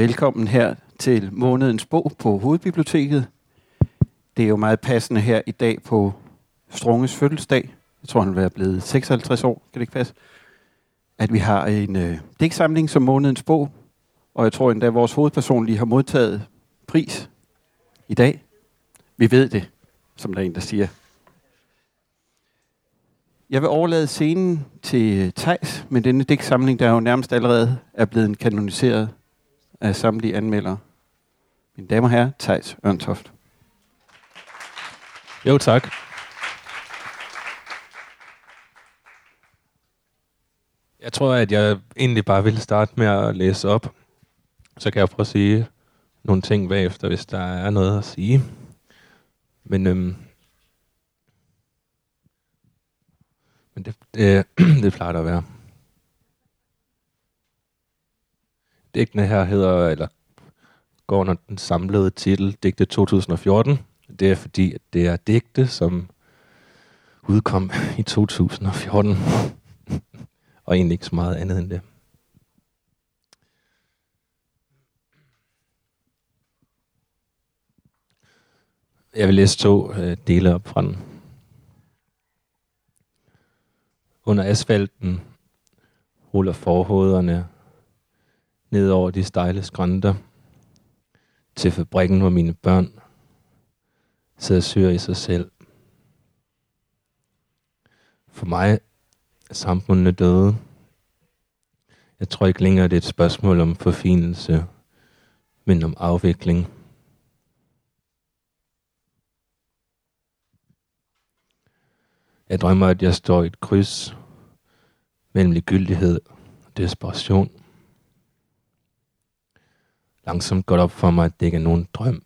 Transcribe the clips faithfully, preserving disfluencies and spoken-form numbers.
Velkommen her til månedens bog på Hovedbiblioteket. Det er jo meget passende her i dag på Strunges fødselsdag. Jeg tror, han vil være blevet seksoghalvtreds år, kan det ikke passe? At vi har en øh, digtsamling som månedens bog, og jeg tror endda, at vores hovedperson lige har modtaget pris i dag. Vi ved det, som der er en, der siger. Jeg vil overlade scenen til Theis, men denne digtsamling, der jo nærmest allerede er blevet kanoniseret af samtlige anmeldere. Mine damer og herrer, Theis Ørntoft. Jo, tak. Jeg tror, at jeg egentlig bare vil starte med at læse op. Så kan jeg prøve at sige nogle ting bagefter, hvis der er noget at sige. Men, øhm, men det, det, det plejer der at være. Digtene her hedder, eller går under den samlede titel, Digte to tusind og fjorten. Det er fordi, at det er digte, som udkom i to tusind og fjorten. Og egentlig ikke så meget andet end det. Jeg vil læse to øh, dele op fra den. Under asfalten ruller forhoderne ned over de stejle skrænter til fabrikken, hvor mine børn sidder syr i sig selv. For mig er samfundet døde. Jeg tror ikke længere, det er et spørgsmål om forfinelse, men om afvikling. Jeg drømmer, at jeg står i et kryds mellem ligegyldighed og desperation. Langsomt går det op for mig, at det ikke er nogen drøm.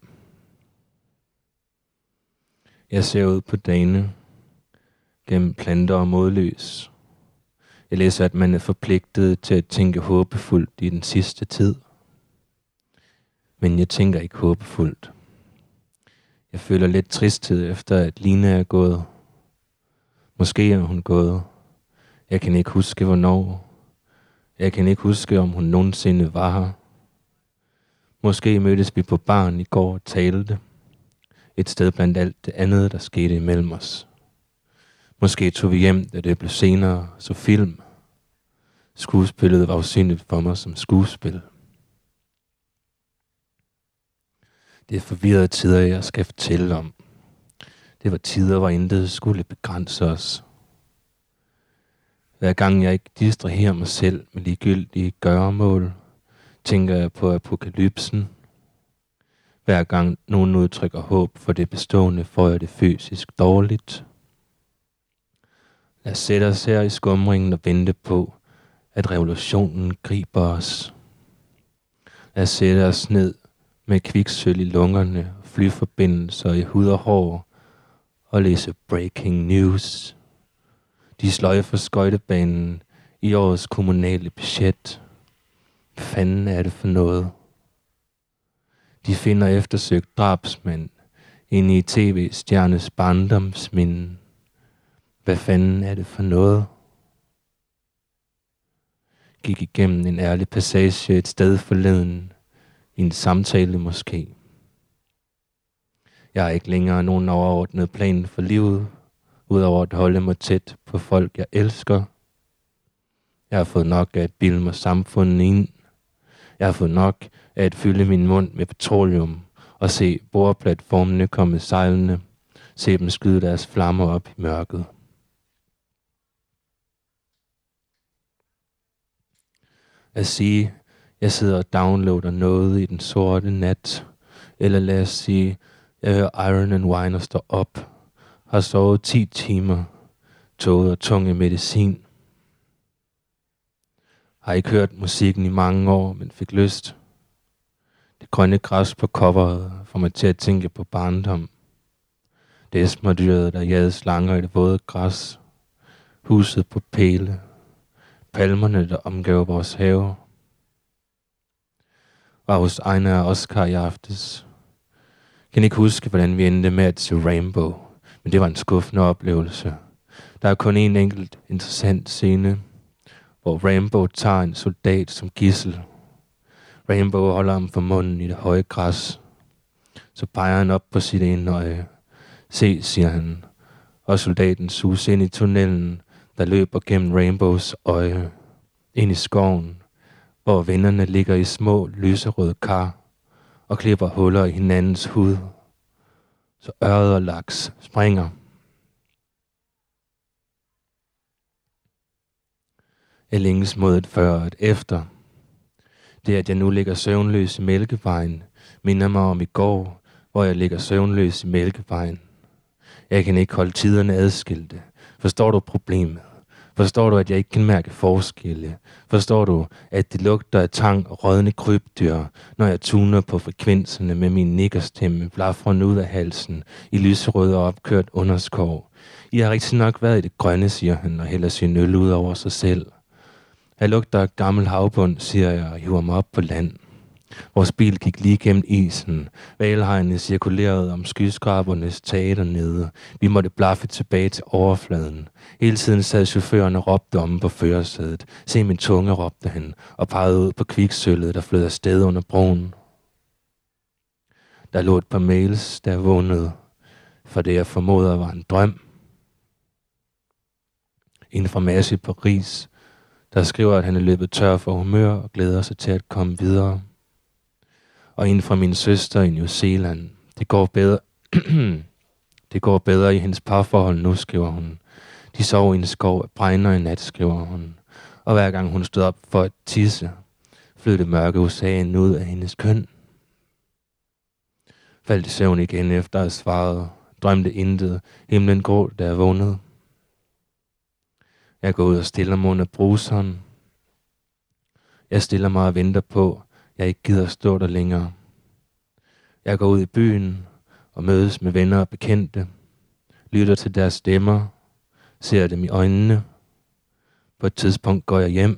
Jeg ser ud på dagene gennem planter og modløs. Jeg læser, at man er forpligtet til at tænke håbefuldt i den sidste tid. Men jeg tænker ikke håbefuldt. Jeg føler lidt tristhed efter, at Line er gået. Måske er hun gået. Jeg kan ikke huske, hvornår. Jeg kan ikke huske, om hun nogensinde var her. Måske mødtes vi på baren i går og talte. Et sted blandt alt det andet, der skete imellem os. Måske tog vi hjem, da det blev senere, så film. Skuespillet var usynligt for mig som skuespil. Det er forvirrede tider, jeg skal fortælle om. Det var tider, hvor intet skulle begrænse os. Hver gang jeg ikke distraherer mig selv med ligegyldige gøremål, tænker jeg på apokalypsen. Hver gang nogen udtrykker håb for det bestående, får jeg det fysisk dårligt. Lad os sætte os her i skumringen og vente på, at revolutionen griber os. Lad os sætte os ned med kviksølv i lungerne, flyforbindelser i hud og hår og læse breaking news. De sløjfer skøjtebanen i årets kommunale budget. Hvad fanden er det for noget? De finder eftersøgt drabsmænd inde i tv-stjernes barndomsminden. Hvad fanden er det for noget? Gik igennem en ærlig passage et sted forleden, i en samtale måske. Jeg har ikke længere nogen overordnet plan for livet, udover at holde mig tæt på folk, jeg elsker. Jeg har fået nok af at bilde mig samfundet ind. Jeg har fået nok af at fylde min mund med petroleum og se boreplatformene komme sejlende, se dem skyde deres flammer op i mørket. At sige, jeg sidder og downloader noget i den sorte nat, eller lad os sige, jeg hører Iron and Wine og står op, har sovet ti timer, toget og tunge medicin. Har ikke hørt musikken i mange år, men fik lyst. Det grønne græs på coveret får mig til at tænke på barndom. Det er smådyret, der jagede slanger i det våde græs. Huset på pæle. Palmerne, der omgav vores have. Var hos Ejner og Oscar i aftes. Jeg kan ikke huske, hvordan vi endte med at se Rainbow, men det var en skuffende oplevelse. Der er kun en enkelt interessant scene, hvor Rainbow tager en soldat som gidsel. Rainbow holder ham for munden i det høje græs. Så peger han op på sit ene øje. Se, siger han, og soldaten suser ind i tunnelen, der løber gennem Rainbows øje. Ind i skoven, hvor vennerne ligger i små lyserøde kar og klipper huller i hinandens hud. Så ørred og laks springer. Jeg længes mod et før og et efter. Det, at jeg nu ligger søvnløs i Mælkevejen, minder mig om i går, hvor jeg ligger søvnløs i Mælkevejen. Jeg kan ikke holde tiderne adskilte. Forstår du problemet? Forstår du, at jeg ikke kan mærke forskelle? Forstår du, at det lugter af tang og rådne krybdyr, når jeg tuner på frekvenserne med min nikkerstemme, blafrende ud af halsen, i lyserød og opkørt underskov? I har rigtig nok været i det grønne, siger han, og hælder sin øl ud over sig selv. Jeg lugter af gammel havbund, siger jeg, og hiver mig op på land. Vores bil gik lige gennem isen. Hvalhajene cirkulerede om skyskrabernes tage dernede. Vi måtte blaffe tilbage til overfladen. Hele tiden sad chaufføren og råbte om på førersædet. Se min tunge, råbte han, og pegede ud på kviksølvet, der flød afsted under broen. Der lå et par mails, der vågnede, for det jeg formoder var en drøm. En fra Mads i Paris, der skriver, at han er løbet tør for humør og glæder sig til at komme videre. Og en fra min søster i New Zealand. Det går bedre, det går bedre i hendes parforhold nu, skriver hun. De sov i en skov af bregner i nat, skriver hun. Og hver gang hun stod op for at tisse, flød det mørke usagen ud af hendes køn. Faldt i søvn igen efter at have svaret. Drømte intet. Himlen grå, da jeg vågnede. Jeg går ud og stiller mig under bruseren. Jeg stiller mig og venter på, jeg ikke gider stå der længere. Jeg går ud i byen og mødes med venner og bekendte. Lytter til deres stemmer. Ser dem i øjnene. På et tidspunkt går jeg hjem.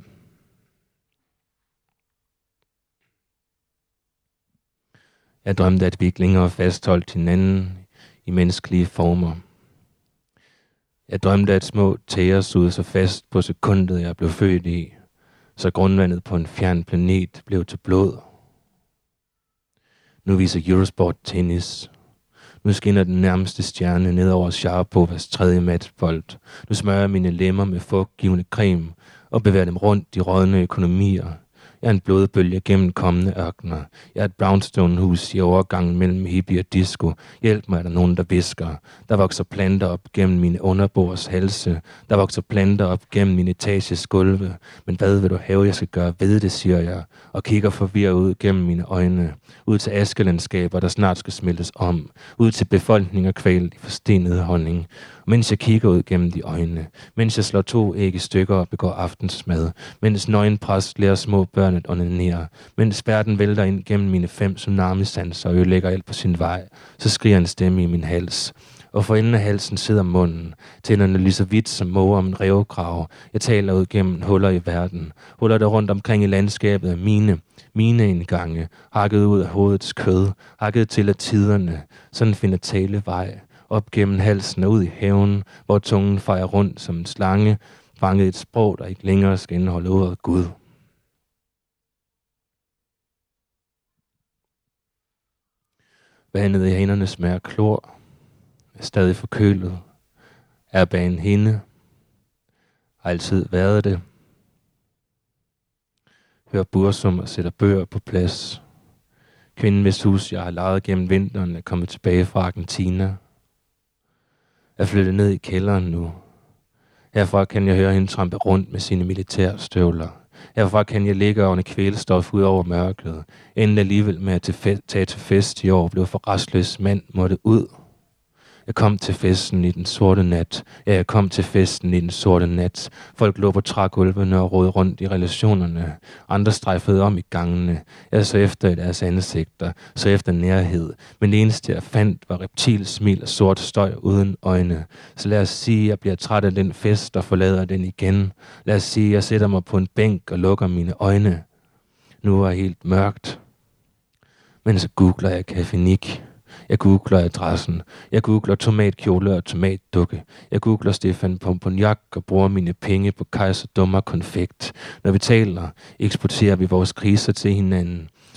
Jeg drømte, at vi ikke længere fastholdt hinanden i menneskelige former. Jeg drømte, at små tæer sugede sig fast på sekundet, jeg blev født i, så grundvandet på en fjern planet blev til blod. Nu viser Eurosport tennis. Nu skinner den nærmeste stjerne ned over Sharapovas tredje matchbold. Nu smører jeg mine lemmer med fugtgivende creme og bevæger dem rundt i rådne økonomier. Jeg er en blodbølge gennem kommende ørkener. Jeg er et brownstone-hus i overgangen mellem hippie og disco. Hjælp mig, er der nogen, der visker. Der vokser planter op gennem mine underbords halse. Der vokser planter op gennem mine etages gulve. Men hvad vil du have, jeg skal gøre ved det, siger jeg, og kigger forvirret ud gennem mine øjne. Ud til askelandskaber, der snart skal smeltes om. Ud til befolkning og kvæl i forstenet honning. Mens jeg kigger ud gennem de øjne. Mens jeg slår to æg i stykker og begår aftensmad. Mens nøgenpræst lærer små børn at onanere. Mens spærten vælter ind gennem mine fem tsunamisanser og ødelægger alt på sin vej. Så skriger en stemme i min hals. Og for enden af halsen sidder munden. Tænderne lige så vidt som måger om en rævekrav. Jeg taler ud gennem huller i verden. Huller der rundt omkring i landskabet af mine. Mine indgange. Hakket ud af hovedets kød. Hakket til af tiderne. Sådan finder tale vej. Op gennem halsen og ud i haven, hvor tungen fejrer rundt som en slange, fanget i et sprog, der ikke længere skal indeholde ordet Gud. Vandet i hænderne smager klor, er stadig forkølet, er bag en hende, har altid været det. Hør Bursum og sætter bøger på plads. Kvinden, hvis hus jeg har lejet gennem vinteren, er kommet tilbage fra Argentina. Er flyttet ned i kælderen nu. Herfra kan jeg høre hende trampe rundt med sine militærstøvler. Herfra kan jeg ligge under kvælstof ud over mørket. Inden alligevel med at tage til fest i år, blev for restløs mand måtte ud. Jeg kom til festen i den sorte nat. Ja, jeg kom til festen i den sorte nat. Folk lå på trægulvene og rodede rundt i relationerne. Andre strejfede om i gangene. Jeg så efter i deres ansigter, så efter nærhed. Men det eneste jeg fandt var reptilsmil og sort støj uden øjne. Så lad os sige, at jeg bliver træt af den fest og forlader den igen. Lad os sige, at jeg sætter mig på en bænk og lukker mine øjne. Nu er helt mørkt. Men så googler jeg Café Nick. Jeg googler adressen. Jeg googler tomatkjole og tomatdukke. Jeg googler Stefan Pomponiak og bruger mine penge på Kaiser Dummer konfekt. Når vi taler, eksporterer vi vores kriser til hinanden.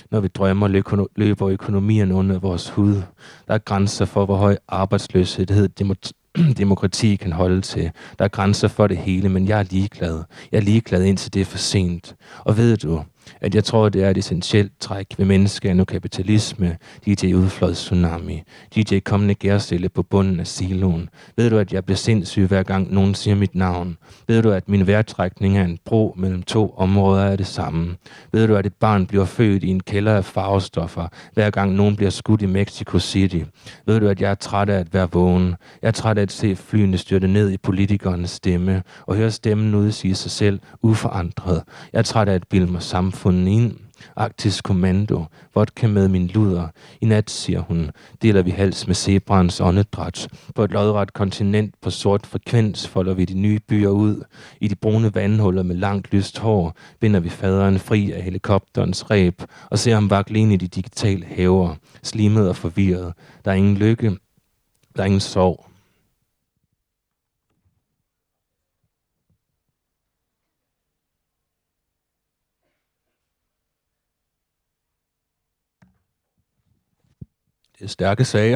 Når vi drømmer, løber økonomien under vores hud. Der er grænser for, hvor høj arbejdsløshed demokrati kan holde til. Der er grænser for det hele, men jeg er ligeglad. Jeg er ligeglad, indtil det er for sent. Og ved du, at jeg tror, det er et essentielt træk ved menneskeande og kapitalisme, D J udfløjt tsunami, D J kommende gærstille på bunden af siloen. Ved du, at jeg bliver sindssyg, hver gang nogen siger mit navn? Ved du, at min vejrtrækning er en bro mellem to områder af det samme? Ved du, at et barn bliver født i en kælder af farvestoffer, hver gang nogen bliver skudt i Mexico City? Ved du, at jeg er træt af at være vågen? Jeg er træt af at se flyene styrte ned i politikernes stemme, og høre stemmen udsige sig selv uforandret. Jeg er træt af at bilde mig samfundet ind. Arktisk Kommando, vodka med min luder. I nat, siger hun, deler vi hals med zebraens åndedræt. På et lodret kontinent på sort frekvens folder vi de nye byer ud. I de brune vandhuller med langt lyst hår binder vi faderen fri af helikopterens ræb og ser ham vakle ind i de digitale haver, slimet og forvirret. Der er ingen lykke, der er ingen sorg. Det er stærke sager.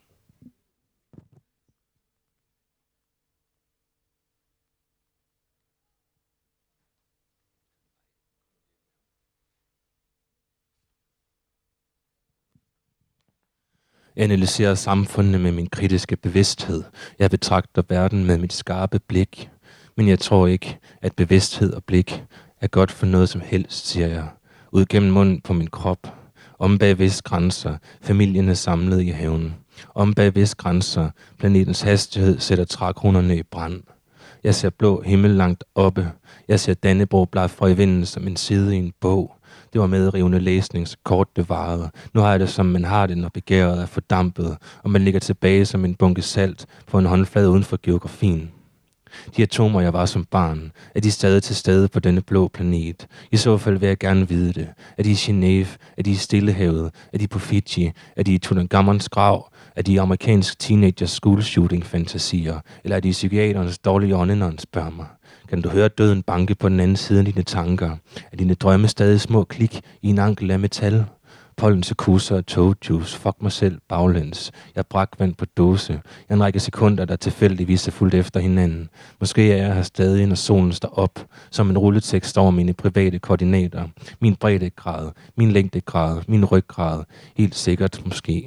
Jeg analyserer samfundet med min kritiske bevidsthed. Jeg betragter verden med mit skarpe blik. Men jeg tror ikke, at bevidsthed og blik er godt for noget som helst, siger jeg. Ud gennem munden på min krop. Om bag vis grænser, familien er samlet i haven. Om bag vis grænser, planetens hastighed sætter trækronerne i brand. Jeg ser blå himmel langt oppe. Jeg ser Dannebrog blafre i vinden som en side i en bog. Det var medrivende læsning, så kort det varede. Nu har jeg det, som man har det, når begæret er fordampet, og man ligger tilbage som en bunke salt på en håndflade uden for geografien. De atomer, jeg var som barn, er de stadig til stede på denne blå planet? I så fald vil jeg gerne vide det. Er de i Genève? Er de i Stillehavet? Er de på Fiji? Er de i Tutankhamons grav? Er de i amerikansk teenagers school shooting fantasier? Eller er de i psykiaternes dårlige ånde, når han spørger mig? Kan du høre døden banke på den anden side af dine tanker? Er dine drømme stadig små klik i en ankel af metal? Pollen til kusser og togjuice. Fuck mig selv baglæns. Jeg brak vand på dåse. Jeg er en række sekunder, der tilfældigvis er fuldt efter hinanden. Måske er jeg her stadig, når solen står op. Som en rulletekst over mine private koordinater. Min breddegrad, min længdegrad, min ryggrad. Helt sikkert måske.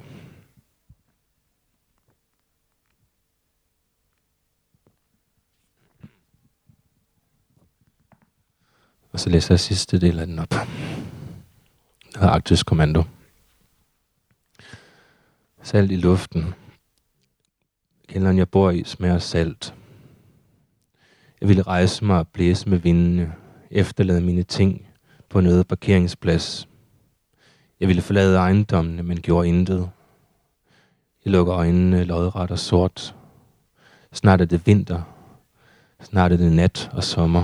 Og så læser jeg sidste del af den op. Det hedder Arktisk Kommando. Salt i luften. Kælderen jeg bor i smager salt. Jeg ville rejse mig og blæse med vindene. Efterlade mine ting på en øde parkeringsplads. Jeg ville forlade ejendommene, men gjorde intet. Jeg lukker øjnene lodret og sort. Snart er det vinter. Snart er det nat og sommer.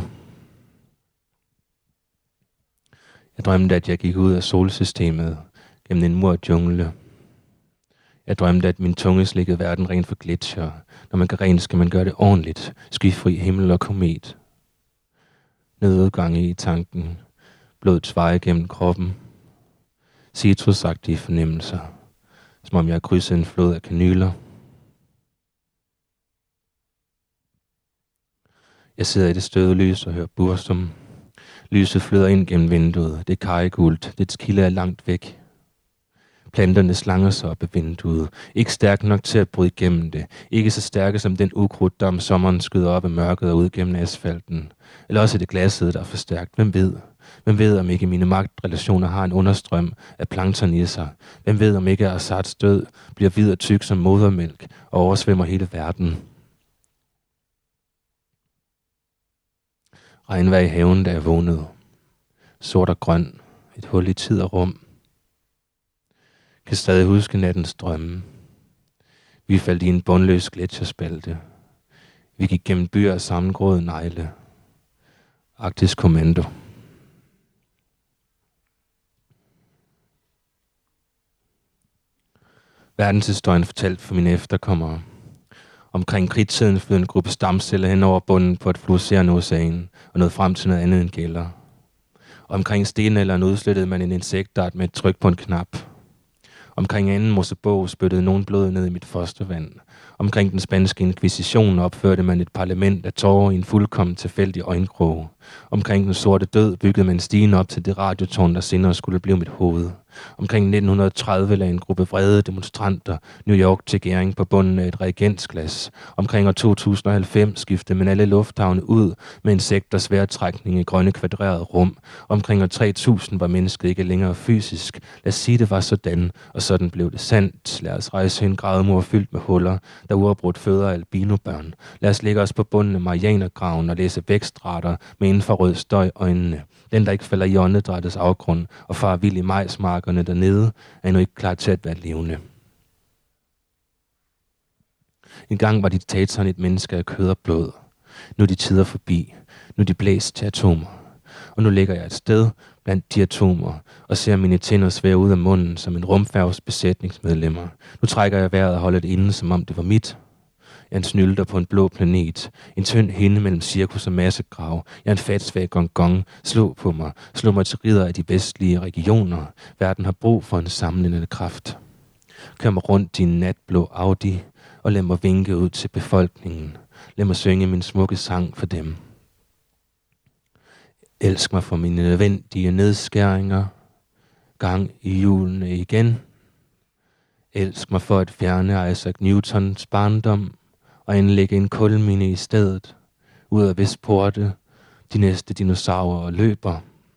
Jeg drømte, at jeg gik ud af solsystemet gennem en mur jungle. Jeg drømte, at min tunge slikkede verden rent for gletsjer. Når man kan rent, skal man gøre det ordentligt. Skyfri himmel og komet. Nødudgange i tanken. Blodets veje gennem kroppen. Citrusagtige fornemmelser. Som om jeg har krydset en flod af kanyler. Jeg sidder i det støde lys og hører bursum. Lyset flyder ind gennem vinduet. Det er karregult. Dets kilde er langt væk. Planterne slanger sig op ad vinduet. Ikke stærk nok til at bryde igennem det. Ikke så stærke som den ukrudt, der om sommeren skyder op af mørket og ud gennem asfalten. Eller også er det glasset, der er for stærkt. Hvem ved? Hvem ved, om ikke mine magtrelationer har en understrøm af plankton i sig? Hvem ved, om ikke Assads død bliver hvid og tyk som modermælk og oversvømmer hele verden? Regnvejr i haven, da jeg vågnede. Sort og grøn. Et hul i tid og rum. Kan stadig huske nattens drømme. Vi faldt i en bundløs gletsjerspalte. Vi gik gennem byer af sammengroede negle. Arktisk Kommando. Verdenshistorien fortalt for mine efterkommere. Omkring kridttiden flød en gruppe stamceller hen over bunden på et fluorescerende ocean og nåede frem til noget andet end gælder. Omkring stenalderen udslettede man en insektart med et tryk på en knap. Omkring anden Mosebog spyttede nogen blod ned i mit fostervand. Omkring den spanske inkvisition opførte man et parlament af tårer i en fuldkommen tilfældig øjenkrog. Omkring den sorte død byggede man stigen op til det radiotårn, der senere skulle blive mit hoved. Omkring nitten tredive lagde en gruppe vrede demonstranter New York til gæring på bunden af et reagensglas. Omkring år to tusind og halvfems skiftede man alle lufthavne ud med insekters vejrtrækning i grønne kvadrerede rum. Omkring år tre tusind var mennesket ikke længere fysisk. Lad os sige, det var sådan, og sådan blev det sandt. Lad os rejse en grædemur fyldt med huller, der uafbrudt føder albinobørn. Lad os lægge os på bunden af Marianergraven og læse vækstrater med infrarød støj øjnene. Den, der ikke falder i åndedrættets afgrund og farer vild i majsmarkerne dernede, er endnu ikke klar til at være levende. En gang var diktatoren et menneske af kød og blod. Nu er de tider forbi. Nu er de blæst til atomer. Og nu ligger jeg et sted blandt de atomer og ser mine tænder svære ud af munden som en rumfærges besætningsmedlemmer. Nu trækker jeg vejret og holder det inde, som om det var mit. Jeg er en snylter på en blå planet. En tynd hinde mellem cirkus og massegrav. Jeg er en fatsvag gong-gong. Slå på mig. Slå mig til ridder af de vestlige regioner. Verden har brug for en samlende kraft. Kør mig rundt i en natblå Audi og lad mig vinke ud til befolkningen. Lad mig synge min smukke sang for dem. Elsk mig for mine nødvendige nedskæringer. Gang i hjulene igen. Elsk mig for at fjerne Isaac Newtons barndom og indlægge en kulmine i stedet. Ud af hvis porte de næste dinosaurer løber.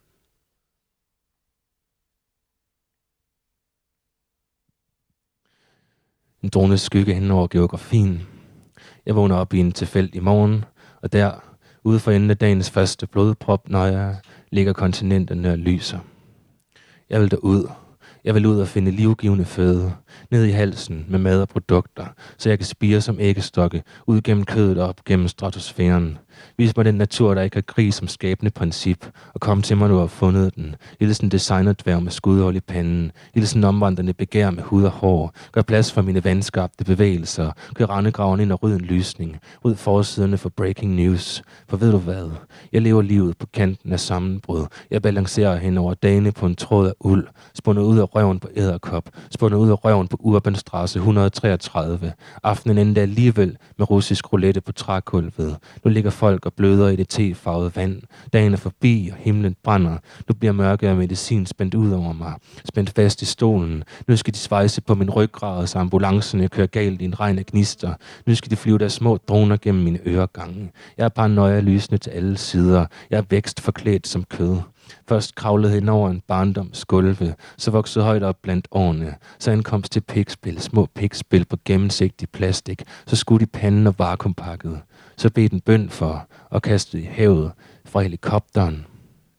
En drone skygge hen over geografien. Jeg vågner op i en tilfældig morgen, og der, ude for enden af dagens første blodprop, når jeg ligger kontinenterne og lyser. Jeg vil derud. Jeg vil ud og finde livgivende føde, ned i halsen med mad og produkter, så jeg kan spire som æggestokke, ud gennem kødet og op gennem stratosfæren. Vis mig den natur, der ikke har krig som skabende princip, og kom til mig, nu har fundet den. Hilsen designerdværg med skudhold i panden. Hilsen omvandrende begær med hud og hår. Gør plads for mine vandskabte bevægelser. Gør rendegraven ind og ryd en lysning. Ryd forsiderne for breaking news. For ved du hvad? Jeg lever livet på kanten af sammenbrud. Jeg balancerer hen over dagene på en tråd af uld. Spundet ud af røven på Edderkop. Spundet ud af røven på Urbanstrasse et hundrede treogtredive. Aftenen endda alligevel med russisk roulette på trægulvet. Nu ligger folk og bløder i det tefarvede vand. Dagen er forbi, og himlen brænder. Nu bliver mørke og medicin spændt ud over mig. Spændt fast i stolen. Nu skal de svejse på min ryggrad, så ambulancerne kører galt i en regn af gnister. Nu skal de flyve deres små droner gennem mine øregange. Jeg er paranoia lysende til alle sider. Jeg er vækst forklædt som kød. Først kravlede hen over en barndoms gulve, så voksede højt op blandt årene, så ankomst til pikspil, små pikspil på gennemsigtig plastik, så skudt i panden og vakuumpakket. Så bed den bøn for og kastede i havet fra helikopteren.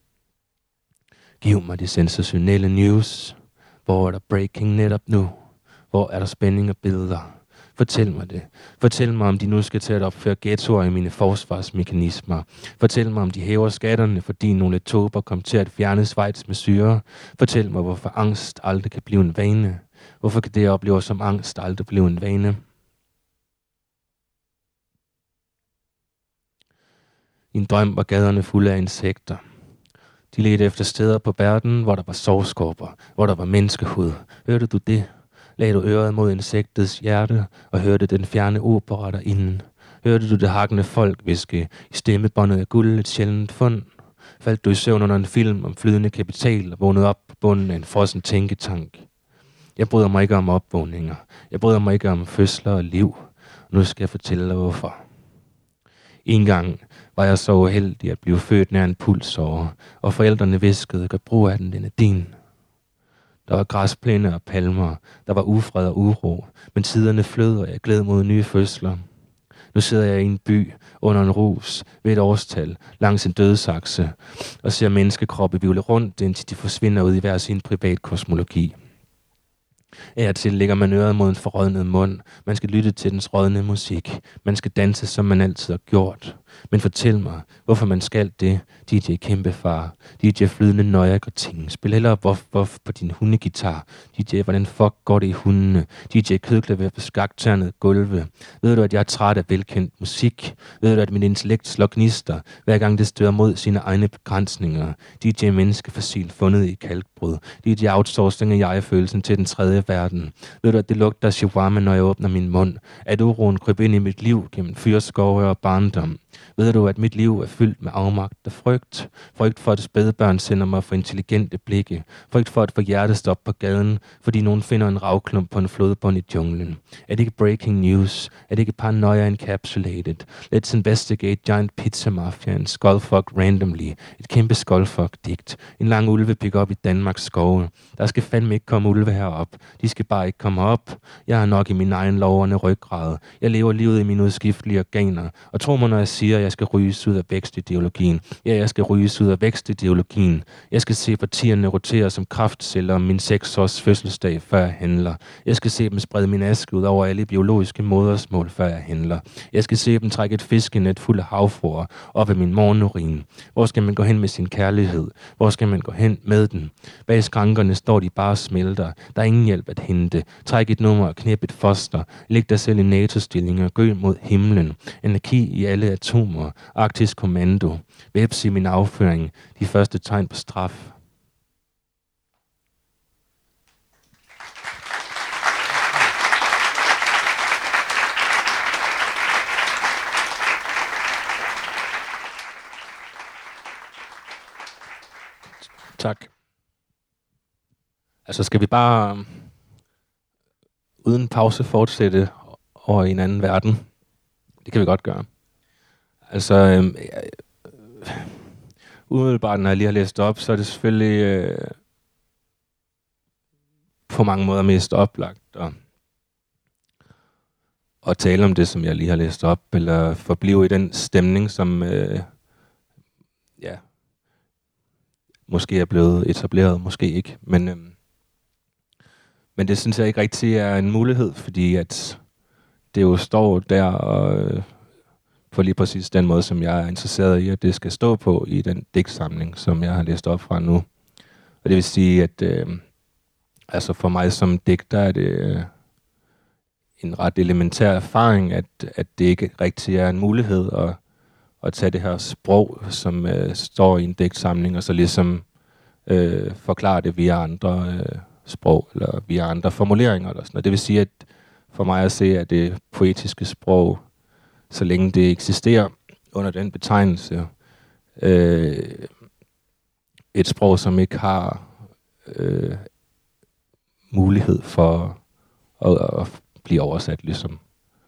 Giv mig de sensationelle news. Hvor er der breaking netop nu? Hvor er der spænding og billeder? Fortæl mig det. Fortæl mig, om de nu skal til at opføre ghettoer i mine forsvarsmekanismer. Fortæl mig, om de hæver skatterne, fordi nogle tober kom til at fjerne Schweiz med syre. Fortæl mig, hvorfor angst aldrig kan blive en vane. Hvorfor kan det, jeg oplever som angst, aldrig blive en vane? I en drøm var gaderne fulde af insekter. De ledte efter steder på verden, hvor der var sovskorper, hvor der var menneskehud. Hørte du det? Lagde du øret mod insektets hjerte og hørte den fjerne opera derinde? Hørte du det hakkende folk viske i stemmebåndet af guld et sjældent fund? Faldt du i søvn under en film om flydende kapital og vågnede op på bunden af en frossen tænketank? Jeg bryder mig ikke om opvågninger. Jeg bryder mig ikke om fødsler og liv. Nu skal jeg fortælle dig hvorfor. En gang var jeg så uheldig at blive født nær en pulsåre, og forældrene viskede, gør brug af den, den er din. Der var græsplæne og palmer, der var ufred og uro, men tiderne flød, og jeg glæd mod nye fødsler. Nu sidder jeg i en by, under en rus, ved et årstal, langs en dødsakse, og ser menneskekroppe vivle rundt, indtil de forsvinder ud i hver sin privat kosmologi. Af og til lægger man øret mod en forrådnet mund. Man skal lytte til dens rådne musik. Man skal danse, som man altid har gjort. Men fortæl mig, hvorfor man skal det. D J Kæmpefar, D J Flydende Nøjak og ting. Spil hellere voff voff på din hundegitar. D J, hvordan fuck går det i hundene? D J Kødklaver på skakternede gulve. Ved du, at jeg er træt af velkendt musik? Ved du, at min intellekt slår gnister, hver gang det støder mod sine egne begrænsninger? D J Menneskefossil fundet i kalkbrud. D J Outsourcing af jeg-følelsen til den tredje verden. Ved du, at det lugter shawarma, når jeg åbner min mund? At uroen kryber ind i mit liv gennem fyrskove og barndom? Ved du, at mit liv er fyldt med afmagt og frygt? Frygt for, at spædebørn sender mig for intelligente blikke. Frygt for at få hjertestop på gaden, fordi nogen finder en ravklump på en flodbånd i junglen. Er det ikke breaking news? Er det ikke paranoia encapsulated? Let's investigate giant pizza mafia and skullfuck randomly. Et kæmpe skullfuck-digt. En lang ulve pikker op i Danmarks skove. Der skal fandme ikke komme ulve herop. De skal bare ikke komme op. Jeg har nok i min egen loverne ryggrad. Jeg lever livet i mine udskiftelige organer. Og tro mig, når jeg siger, at jeg skal ryges ud af vækstideologien. Ja, jeg skal ryges ud af vækstideologien. Jeg skal se partierne rotere som kraftceller om min seks års fødselsdag, før jeg handler. Jeg skal se dem sprede min aske ud over alle biologiske modersmål, før jeg handler. Jeg skal se dem trække et fiskenet fuld af havfruer op af min morgenurin. Hvor skal man gå hen med sin kærlighed? Hvor skal man gå hen med den? Bag skrankerne står de bare og smelter. Der er ingen hjælp at hente. Træk et nummer og knæp et foster. Læg dig selv i NATO-stilling og gå mod himlen. Energi i alle atomer. Arktisk kommando. Væbs i min afføring. De første tegn på straf. Tak. Altså skal vi bare uden pause fortsætte over i en anden verden? Det kan vi godt gøre. Altså, øh, umiddelbart, når jeg lige har læst op, så er det selvfølgelig øh, på mange måder mest oplagt at, at tale om det, som jeg lige har læst op, eller forblive i den stemning, som øh, ja, måske er blevet etableret, måske ikke. Men, øh, men det synes jeg ikke rigtig er en mulighed, fordi at det jo står der og øh, på lige præcis den måde, som jeg er interesseret i, at det skal stå på i den digtsamling, som jeg har læst op fra nu. Og det vil sige, at øh, altså for mig som digter er det øh, en ret elementær erfaring, at, at det ikke rigtig er en mulighed at, at tage det her sprog, som øh, står i en digtsamling, og så ligesom øh, forklare det via andre øh, sprog, eller via andre formuleringer. Eller sådan noget. Det vil sige, at for mig at se, at det poetiske sprog, så længe det eksisterer under den betegnelse, øh, et sprog, som ikke har øh, mulighed for at, at blive oversat, ligesom.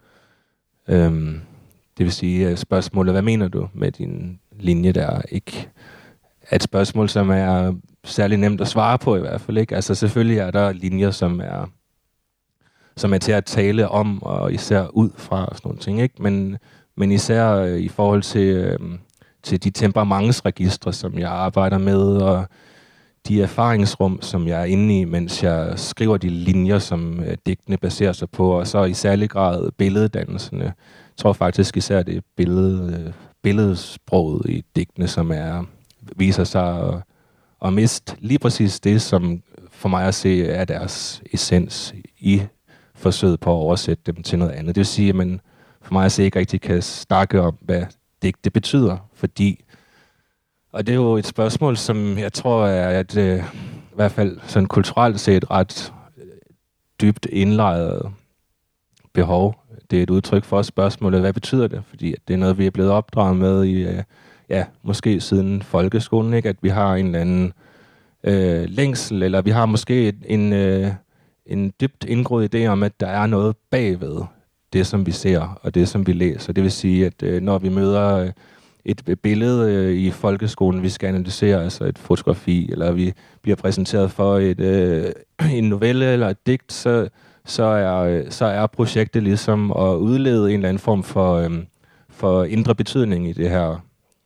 Øhm, det vil sige, at spørgsmålet, hvad mener du med din linje der, ikke er et spørgsmål, som er særlig nemt at svare på i hvert fald, ikke? Altså selvfølgelig er der linjer, som er som er til at tale om, og især ud fra og sådan nogle ting, ikke? Men, men især øh, i forhold til, øh, til de temperamentsregistre, som jeg arbejder med, og de erfaringsrum, som jeg er inde i, mens jeg skriver de linjer, som øh, digtene baserer sig på, og så i særlig grad billeddannelserne. Jeg tror faktisk især, det er billede, øh, billedsproget i digtene, som er, viser sig at, at miste lige præcis det, som for mig at se er deres essens i forsøget på at oversætte dem til noget andet. Det vil sige, at man for mig at se ikke rigtig kan snakke om, hvad digte betyder, fordi, og det er jo et spørgsmål, som jeg tror er et, øh, i hvert fald sådan kulturelt set ret dybt indlejret behov. Det er et udtryk for spørgsmålet, hvad betyder det? Fordi det er noget, vi er blevet opdraget med i, øh, ja, måske siden folkeskolen, ikke? At vi har en eller anden øh, længsel, eller vi har måske en øh, en dybt indgroet idé om, at der er noget bagved det, som vi ser, og det, som vi læser. Det vil sige, at øh, når vi møder øh, et billede øh, i folkeskolen, vi skal analysere, altså et fotografi, eller vi bliver præsenteret for et, øh, en novelle eller et digt, så, så, er, øh, så er projektet ligesom at udlede en eller anden form for, øh, for indre betydning i det her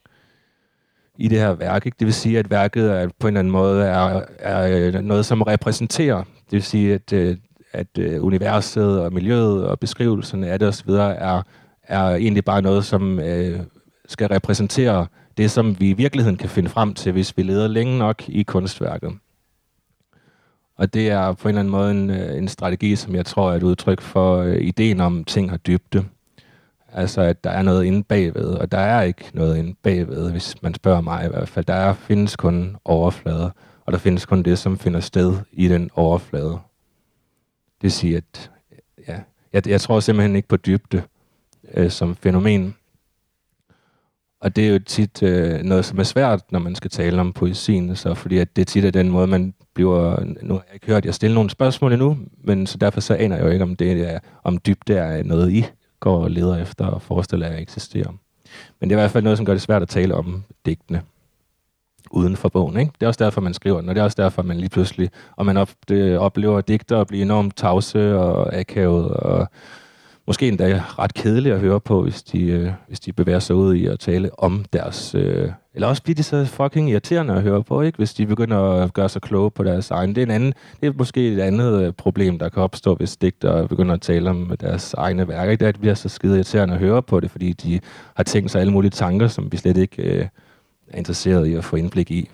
i det her værk. Ikke? Det vil sige, at værket er, på en eller anden måde er, er noget, som repræsenterer. Det vil sige, at, at universet og miljøet og beskrivelserne af det osv. er, er egentlig bare noget, som øh, skal repræsentere det, som vi i virkeligheden kan finde frem til, hvis vi leder længe nok i kunstværket. Og det er på en eller anden måde en, en strategi, som jeg tror er et udtryk for øh, ideen om ting har dybde. Altså, at der er noget inde bagved, og der er ikke noget inde bagved, hvis man spørger mig i hvert fald. Der er, findes kun overflader, og der findes kun det, som finder sted i den overflade. Det vil sige, at ja, jeg, jeg tror simpelthen ikke på dybde øh, som fænomen. Og det er jo tit øh, noget, som er svært, når man skal tale om poesien, så fordi at det tit er den måde, man bliver... Nu har jeg ikke hørt jer stille nogle spørgsmål endnu, men så derfor så aner jeg jo ikke, om det er, om dybde er noget, I går og leder efter og forestiller jer eksisterer. Men det er i hvert fald noget, som gør det svært at tale om digtene uden for bogen, ikke? Det er også derfor, man skriver den, og det er også derfor, man lige pludselig... Og man op, det, oplever digter at blive enormt tavse og akavet og... Måske endda ret kedeligt at høre på, hvis de, øh, hvis de bevæger sig ud i at tale om deres... Øh, eller også bliver de så fucking irriterende at høre på, ikke? Hvis de begynder at gøre sig kloge på deres egen. Det er, en anden, det er måske et andet problem, der kan opstå, hvis digtere begynder at tale om deres egne værker. Det bliver så skide irriterende at høre på det, fordi de har tænkt sig alle mulige tanker, som vi slet ikke øh, er interesseret i at få indblik i.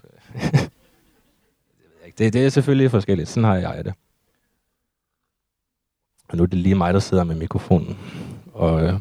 det, det er selvfølgelig forskelligt. Sådan har jeg det. Og nu er det lige mig, der sidder med mikrofonen og, øh,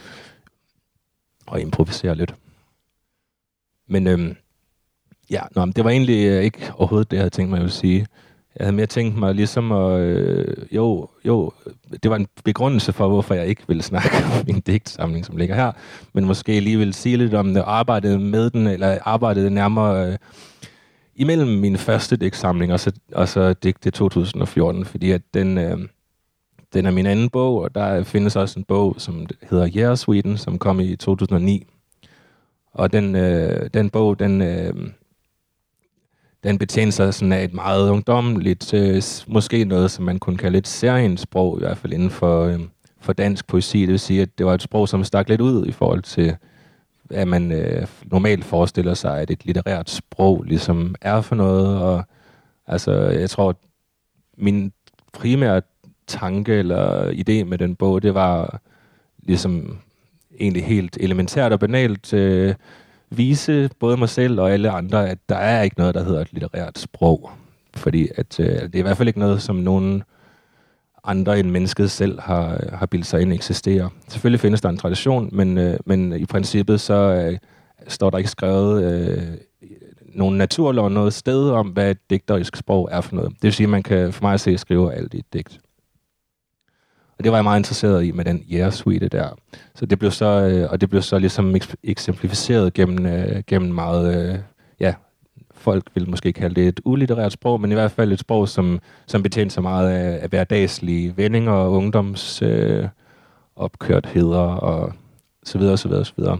og improviserer lidt. Men øhm, ja, nå, det var egentlig øh, ikke overhovedet det, jeg havde tænkt mig at sige. Jeg havde mere tænkt mig ligesom at... Øh, jo, jo, det var en begrundelse for, hvorfor jeg ikke ville snakke om min digtsamling, som ligger her. Men måske lige ville sige lidt om det, arbejdet med den, eller arbejdet nærmere... Øh, imellem min første digtsamling og så, og så digte to tusind og fjorten, fordi at den... Øh, Den er min anden bog, og der findes også en bog, som hedder Yeah Sweden, som kom i to tusind og ni. Og den, øh, den bog, den, øh, den betjener sig sådan af et meget ungdommeligt, øh, måske noget, som man kunne kalde et særligt sprog, i hvert fald inden for, øh, for dansk poesi. Det vil sige, at det var et sprog, som stak lidt ud i forhold til, hvad man øh, normalt forestiller sig, at et litterært sprog ligesom er for noget. Og altså, jeg tror, at min primære tanke eller idé med den bog, det var ligesom egentlig helt elementært og banalt øh, vise både mig selv og alle andre, at der er ikke noget, der hedder et litterært sprog. Fordi at, øh, det er i hvert fald ikke noget, som nogen andre end mennesket selv har, har bildt sig ind eksisterer. Selvfølgelig findes der en tradition, men, øh, men i princippet så øh, står der ikke skrevet øh, nogen naturlov noget sted om, hvad et digterisk sprog er for noget. Det vil sige, at man kan for mig at se skrive alt i et digt. Og det var jeg meget interesseret i med den Yeah Suite der. Så det blev så, øh, og det blev så ligesom eksemplificeret gennem, øh, gennem meget, øh, ja, folk vil måske kalde det et ulitterært sprog, men i hvert fald et sprog, som, som betjener sig meget af, af hverdagslige vendinger og ungdoms øh, opkørtheder og så videre, så videre, så videre.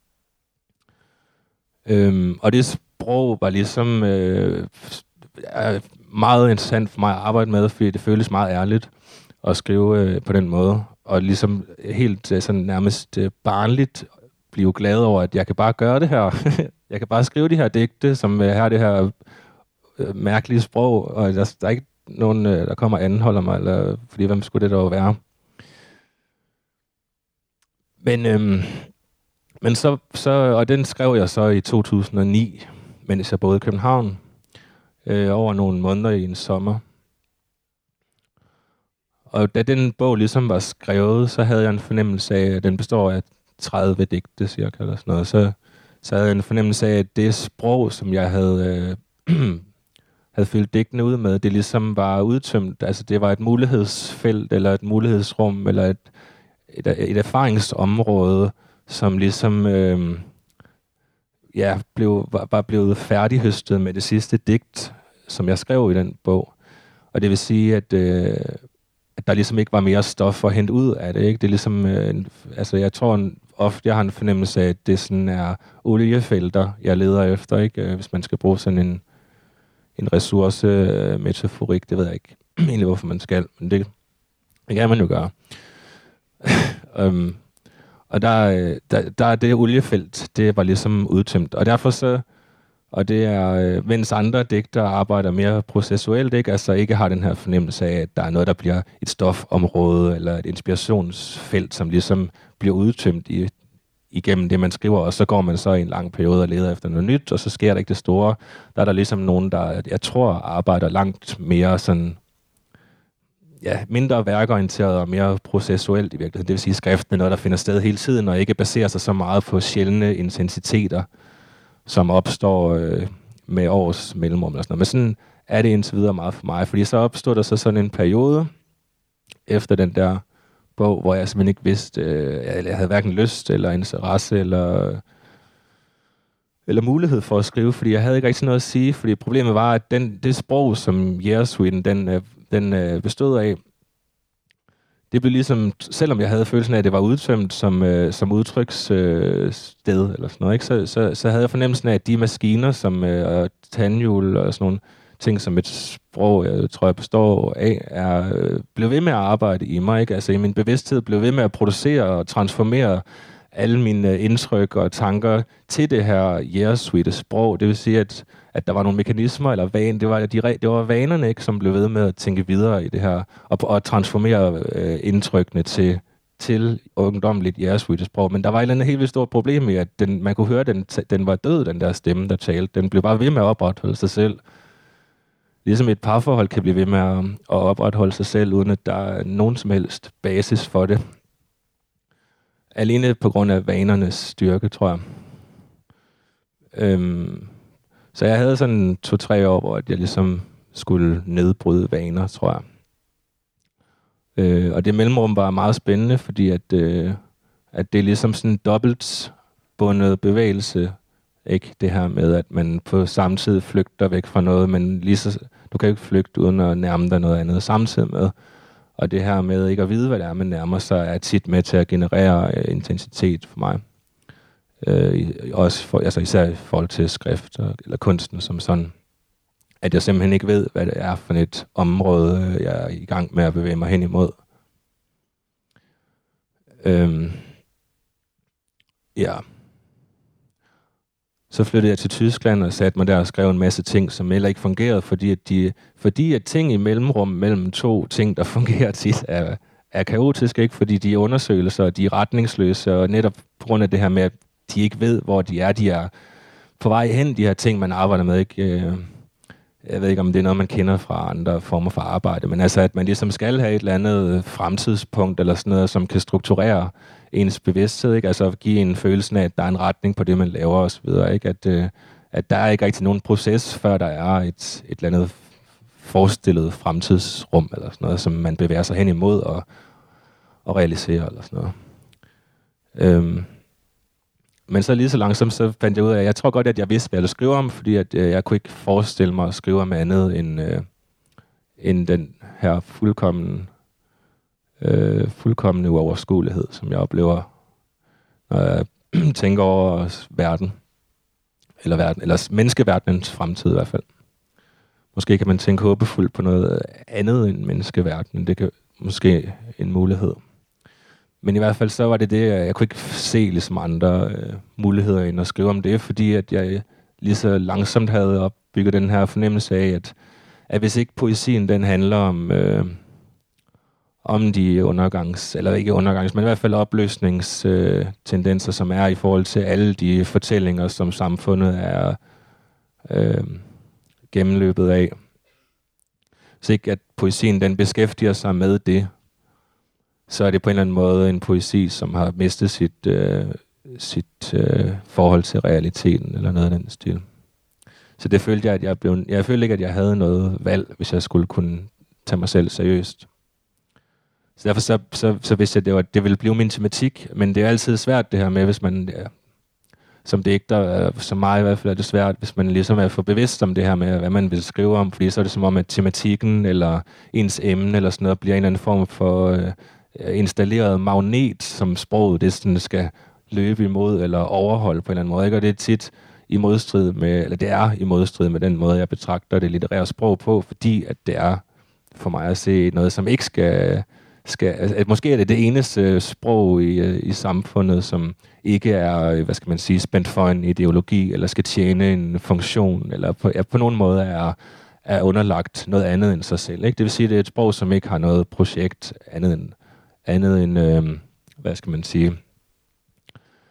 Øhm, og det sprog var ligesom øh, meget interessant for mig at arbejde med, fordi det føles meget ærligt at skrive øh, på den måde, og ligesom helt øh, sådan nærmest øh, barnligt blive glad over, at jeg kan bare gøre det her. Jeg kan bare skrive de her digte, som øh, har det her øh, mærkelige sprog, og der, der er ikke nogen, øh, der kommer og anholder mig, eller, fordi hvem skulle det dog være? Men, øh, men så, så, og den skrev jeg så i to tusind og ni, mens jeg boede i København, øh, over nogle måneder i en sommer. Og da den bog ligesom var skrevet, så havde jeg en fornemmelse af, at den består af tredive digte, cirka, eller sådan noget. Så, så havde jeg en fornemmelse af, at det sprog, som jeg havde, øh, havde fyldt digtene ud med, det ligesom var udtømt. Altså det var et mulighedsfelt, eller et mulighedsrum, eller et, et, et erfaringsområde, som ligesom øh, ja, blev, var, var blevet færdighøstet med det sidste digt, som jeg skrev i den bog. Og det vil sige, at øh, at der ligesom ikke var mere stof at hente ud af det, ikke? Det er ligesom, øh, altså jeg tror en, ofte, jeg har en fornemmelse af, at det sådan er oliefelter, jeg leder efter, ikke? Hvis man skal bruge sådan en, en ressource-metaforik, det ved jeg ikke egentlig, hvorfor man skal, men det, det kan man jo gøre. um, og der, der, der er det oliefelt, det var ligesom udtømt, og derfor så, og det er, mens andre digtere arbejder mere processuelt, ikke? Altså ikke har den her fornemmelse af, at der er noget, der bliver et stofområde, eller et inspirationsfelt, som ligesom bliver udtømt i, igennem det, man skriver, og så går man så i en lang periode og leder efter noget nyt, og så sker der ikke det store. Der er der ligesom nogen, der, jeg tror, arbejder langt mere sådan, ja, mindre værkorienteret og mere processuelt i virkeligheden. Det vil sige, at skriften er noget, der finder sted hele tiden, og ikke baserer sig så meget på sjældne intensiteter, som opstår øh, med års mellemrum eller sådan noget. Men sådan er det indtil videre meget for mig, fordi så opstod der så sådan en periode efter den der bog, hvor jeg simpelthen ikke vidste, øh, jeg havde hverken lyst eller interesse eller, eller mulighed for at skrive, fordi jeg havde ikke rigtig noget at sige, fordi problemet var, at den, det sprog, som Jægersuiten, den, øh, den øh, bestod af, det blev ligesom, selvom jeg havde følelsen af, at det var udtømt som, øh, som udtrykssted, øh, sted, eller sådan noget, ikke? Så, så, så havde jeg fornemmelsen af, at de maskiner, som øh, tandhjul og sådan nogle ting, som et sprog, jeg tror, jeg består af, er øh, blev ved med at arbejde i mig, ikke? Altså i min bevidsthed blev ved med at producere og transformere alle mine indtryk og tanker til det her Jægersuite sprog. Det vil sige, at, at der var nogle mekanismer, eller van, det, var, de, det var vanerne, ikke, som blev ved med at tænke videre i det her, og, og transformere øh, indtrykkene til, til ungdomligt Jægersuite sprog. Men der var et eller andet helt vildt stort problem i, at den, man kunne høre, at den, den var død, den der stemme, der talte. Den blev bare ved med at opretholde sig selv. Ligesom et parforhold kan blive ved med at, at opretholde sig selv, uden at der er nogen som helst basis for det. Alene på grund af vanernes styrke, tror jeg. Øhm, så jeg havde sådan to-tre år, hvor jeg ligesom skulle nedbryde vaner, tror jeg. Øh, og det mellemrum var meget spændende, fordi at, øh, at det er ligesom sådan en dobbeltbundet bevægelse, ikke det her med, at man på samme tid flygter væk fra noget, men lige så, du kan ikke flygte uden at nærme dig noget andet samtidig med. Og det her med ikke at vide, hvad det er, man nærmer sig, er tit med til at generere øh, intensitet for mig. Øh, også for, altså især i forhold til skrift og, eller kunsten som sådan. At jeg simpelthen ikke ved, hvad det er for et område, jeg er i gang med at bevæge mig hen imod. Øhm, ja. Så flyttede jeg til Tyskland og satte mig der og skrev en masse ting, som heller ikke fungerede, fordi at, de, fordi at ting i mellemrum mellem to ting, der fungerer tit, er, er kaotiske, ikke? Fordi de er undersøgelser, og de er retningsløse, og netop på grund af det her med, at de ikke ved, hvor de er, de er på vej hen, de her ting, man arbejder med, ikke? Jeg ved ikke, om det er noget, man kender fra andre former for arbejde, men altså, at man ligesom skal have et eller andet fremtidspunkt, eller sådan noget, som kan strukturere ens bevidsthed, ikke? Altså at give en følelse af, at der er en retning på det, man laver og så videre, ikke? At, øh, at der er ikke rigtig nogen proces, før der er et, et eller andet forestillet fremtidsrum, eller sådan noget, som man bevæger sig hen imod og, og realiserer, eller sådan noget. Øhm. Men så lige så langsomt, så fandt jeg ud af, at jeg tror godt, at jeg vidste, hvad jeg ville skrive om, fordi at, øh, jeg kunne ikke forestille mig at skrive om andet end, øh, end den her fuldkommen Øh, fuldkommende uoverskuelighed, som jeg oplever, når jeg tænker over verden, eller, verden, eller menneskeverdenens fremtid i hvert fald. Måske kan man tænke håbefuldt på noget andet end menneskeverdenen, det kan måske en mulighed. Men i hvert fald så var det det, jeg kunne ikke se ligesom andre øh, muligheder end at skrive om det, fordi at jeg lige så langsomt havde opbygget den her fornemmelse af, at, at hvis ikke poesien den handler om øh, om de undergangs, eller ikke undergangs, men i hvert fald opløsningstendenser, øh, som er i forhold til alle de fortællinger, som samfundet er øh, gennemløbet af. Så ikke at poesien den beskæftiger sig med det, så er det på en eller anden måde en poesi, som har mistet sit, øh, sit øh, forhold til realiteten, eller noget af den stil. Så det følte jeg, at jeg blev, jeg følte ikke, at jeg havde noget valg, hvis jeg skulle kunne tage mig selv seriøst. Så derfor så, så, så vidste jeg, at det, var, det ville blive min tematik, men det er altid svært det her med, hvis man, ja, som digter, som mig i hvert fald er det svært, hvis man ligesom er for bevidst om det her med, hvad man vil skrive om, fordi så er det som om, at tematikken eller ens emne eller sådan noget bliver en eller anden form for øh, installeret magnet, som sproget det sådan skal løbe imod eller overholde på en eller anden måde, ikke? Og det er tit i modstrid med, eller det er i modstrid med den måde, jeg betragter det litterære sprog på, fordi at det er for mig at se noget, som ikke skal... Skal, altså, måske er det det eneste sprog i, i samfundet, som ikke er, hvad skal man sige, spændt for en ideologi, eller skal tjene en funktion, eller på, ja, på nogen måde er, er underlagt noget andet end sig selv. Ikke? Det vil sige, at det er et sprog, som ikke har noget projekt andet end, andet end øh, hvad skal man sige,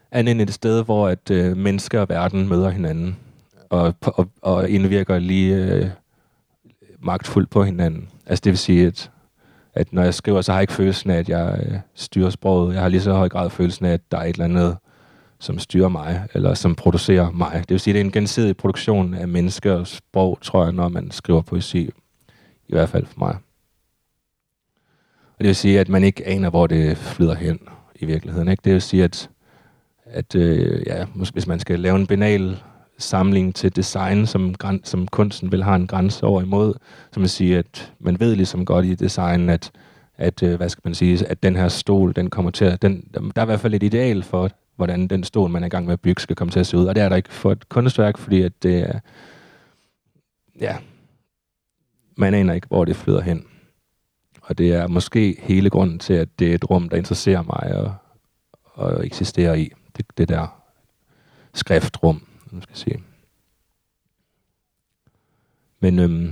andet end et sted, hvor at øh, mennesker og verden møder hinanden, og, og, og indvirker lige øh, magtfuldt på hinanden. Altså det vil sige, at, at når jeg skriver, så har jeg ikke følelsen af, at jeg øh, styrer sproget. Jeg har lige så høj grad følelsen af, at der er et eller andet, som styrer mig, eller som producerer mig. Det vil sige, at det er en gensidig produktion af mennesker og sprog, tror jeg, når man skriver poesi. I hvert fald for mig. Og det vil sige, at man ikke aner, hvor det flyder hen i virkeligheden. Ikke? Det vil sige, at, at øh, ja, måske, hvis man skal lave en banal samling til design, som, som kunsten vil have en grænse over imod, så man siger, at man ved ligesom godt i design, at, at øh, hvad skal man sige, at den her stol, den kommer til at, den, der er i hvert fald et ideal for, hvordan den stol, man er i gang med at bygge, skal komme til at se ud. Og det er der ikke for et kunstværk, fordi at det er, ja, man aner ikke, hvor det flyder hen. Og det er måske hele grunden til, at det er et rum, der interesserer mig og, og eksisterer i. Det, det der skriftrum, man skal sige. Men øhm,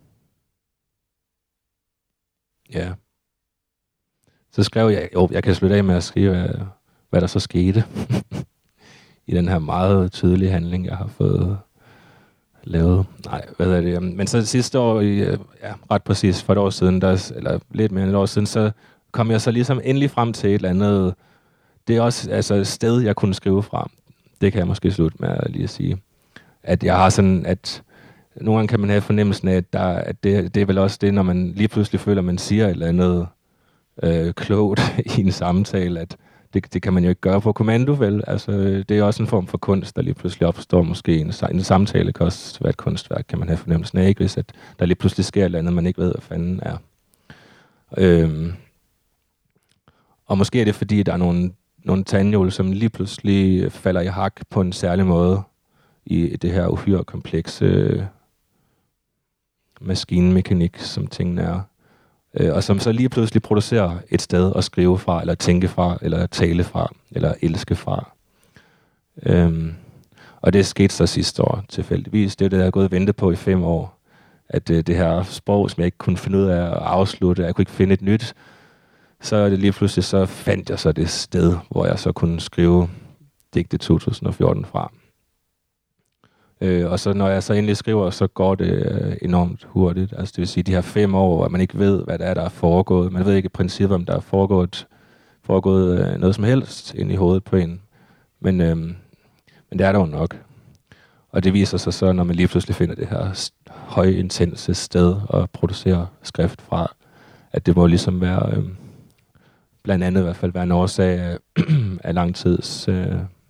ja. Så skrev jeg, jo, jeg kan slutte af med at skrive, hvad, hvad der så skete i den her meget tydelige handling, jeg har fået lavet. Nej, hvad er det? Men så sidste år, ja, ret præcis for et år siden, der, eller lidt mere end et år siden, så kom jeg så ligesom endelig frem til et eller andet. Det er også altså et sted, jeg kunne skrive fra. Det kan jeg måske slutte med at lige at sige. At jeg har sådan, at nogle gange kan man have fornemmelsen af, at, der, at det, det er vel også det, når man lige pludselig føler, at man siger et eller andet øh, klogt i en samtale, at det, det kan man jo ikke gøre på kommando, vel? Altså, det er også en form for kunst, der lige pludselig opstår måske. En, en samtale kan også være et kunstværk, kan man have fornemmelsen af, ikke? Hvis at der lige pludselig sker et eller andet, man ikke ved, hvad fanden er. Øhm, og måske er det, fordi der er nogle, nogle tandhjul, som lige pludselig falder i hak på en særlig måde i det her uhyre komplekse øh, maskinmekanik, som tingene er. Og som så lige pludselig producerer et sted at skrive fra, eller tænke fra, eller tale fra, eller elske fra. Øhm, og det skete så sidste år tilfældigvis. Det er det, jeg har gået og ventet på i fem år. At øh, det her sprog, som jeg ikke kunne finde ud af at afslutte, jeg kunne ikke finde et nyt, så er det lige pludselig, så fandt jeg så det sted, hvor jeg så kunne skrive digte to tusind og fjorten fra. Øh, og så når jeg så endelig skriver, så går det øh, enormt hurtigt. Altså det vil sige, de her fem år, hvor man ikke ved, hvad det er, der er foregået. Man ved ikke i princippet, om der er foregået, foregået øh, noget som helst ind i hovedet på en. Men, øh, men det er der jo nok. Og det viser sig så, når man lige pludselig finder det her højintense sted og producerer skrift fra, at det må ligesom være, øh, blandt andet i hvert fald være en årsag af, af lang tids, øh,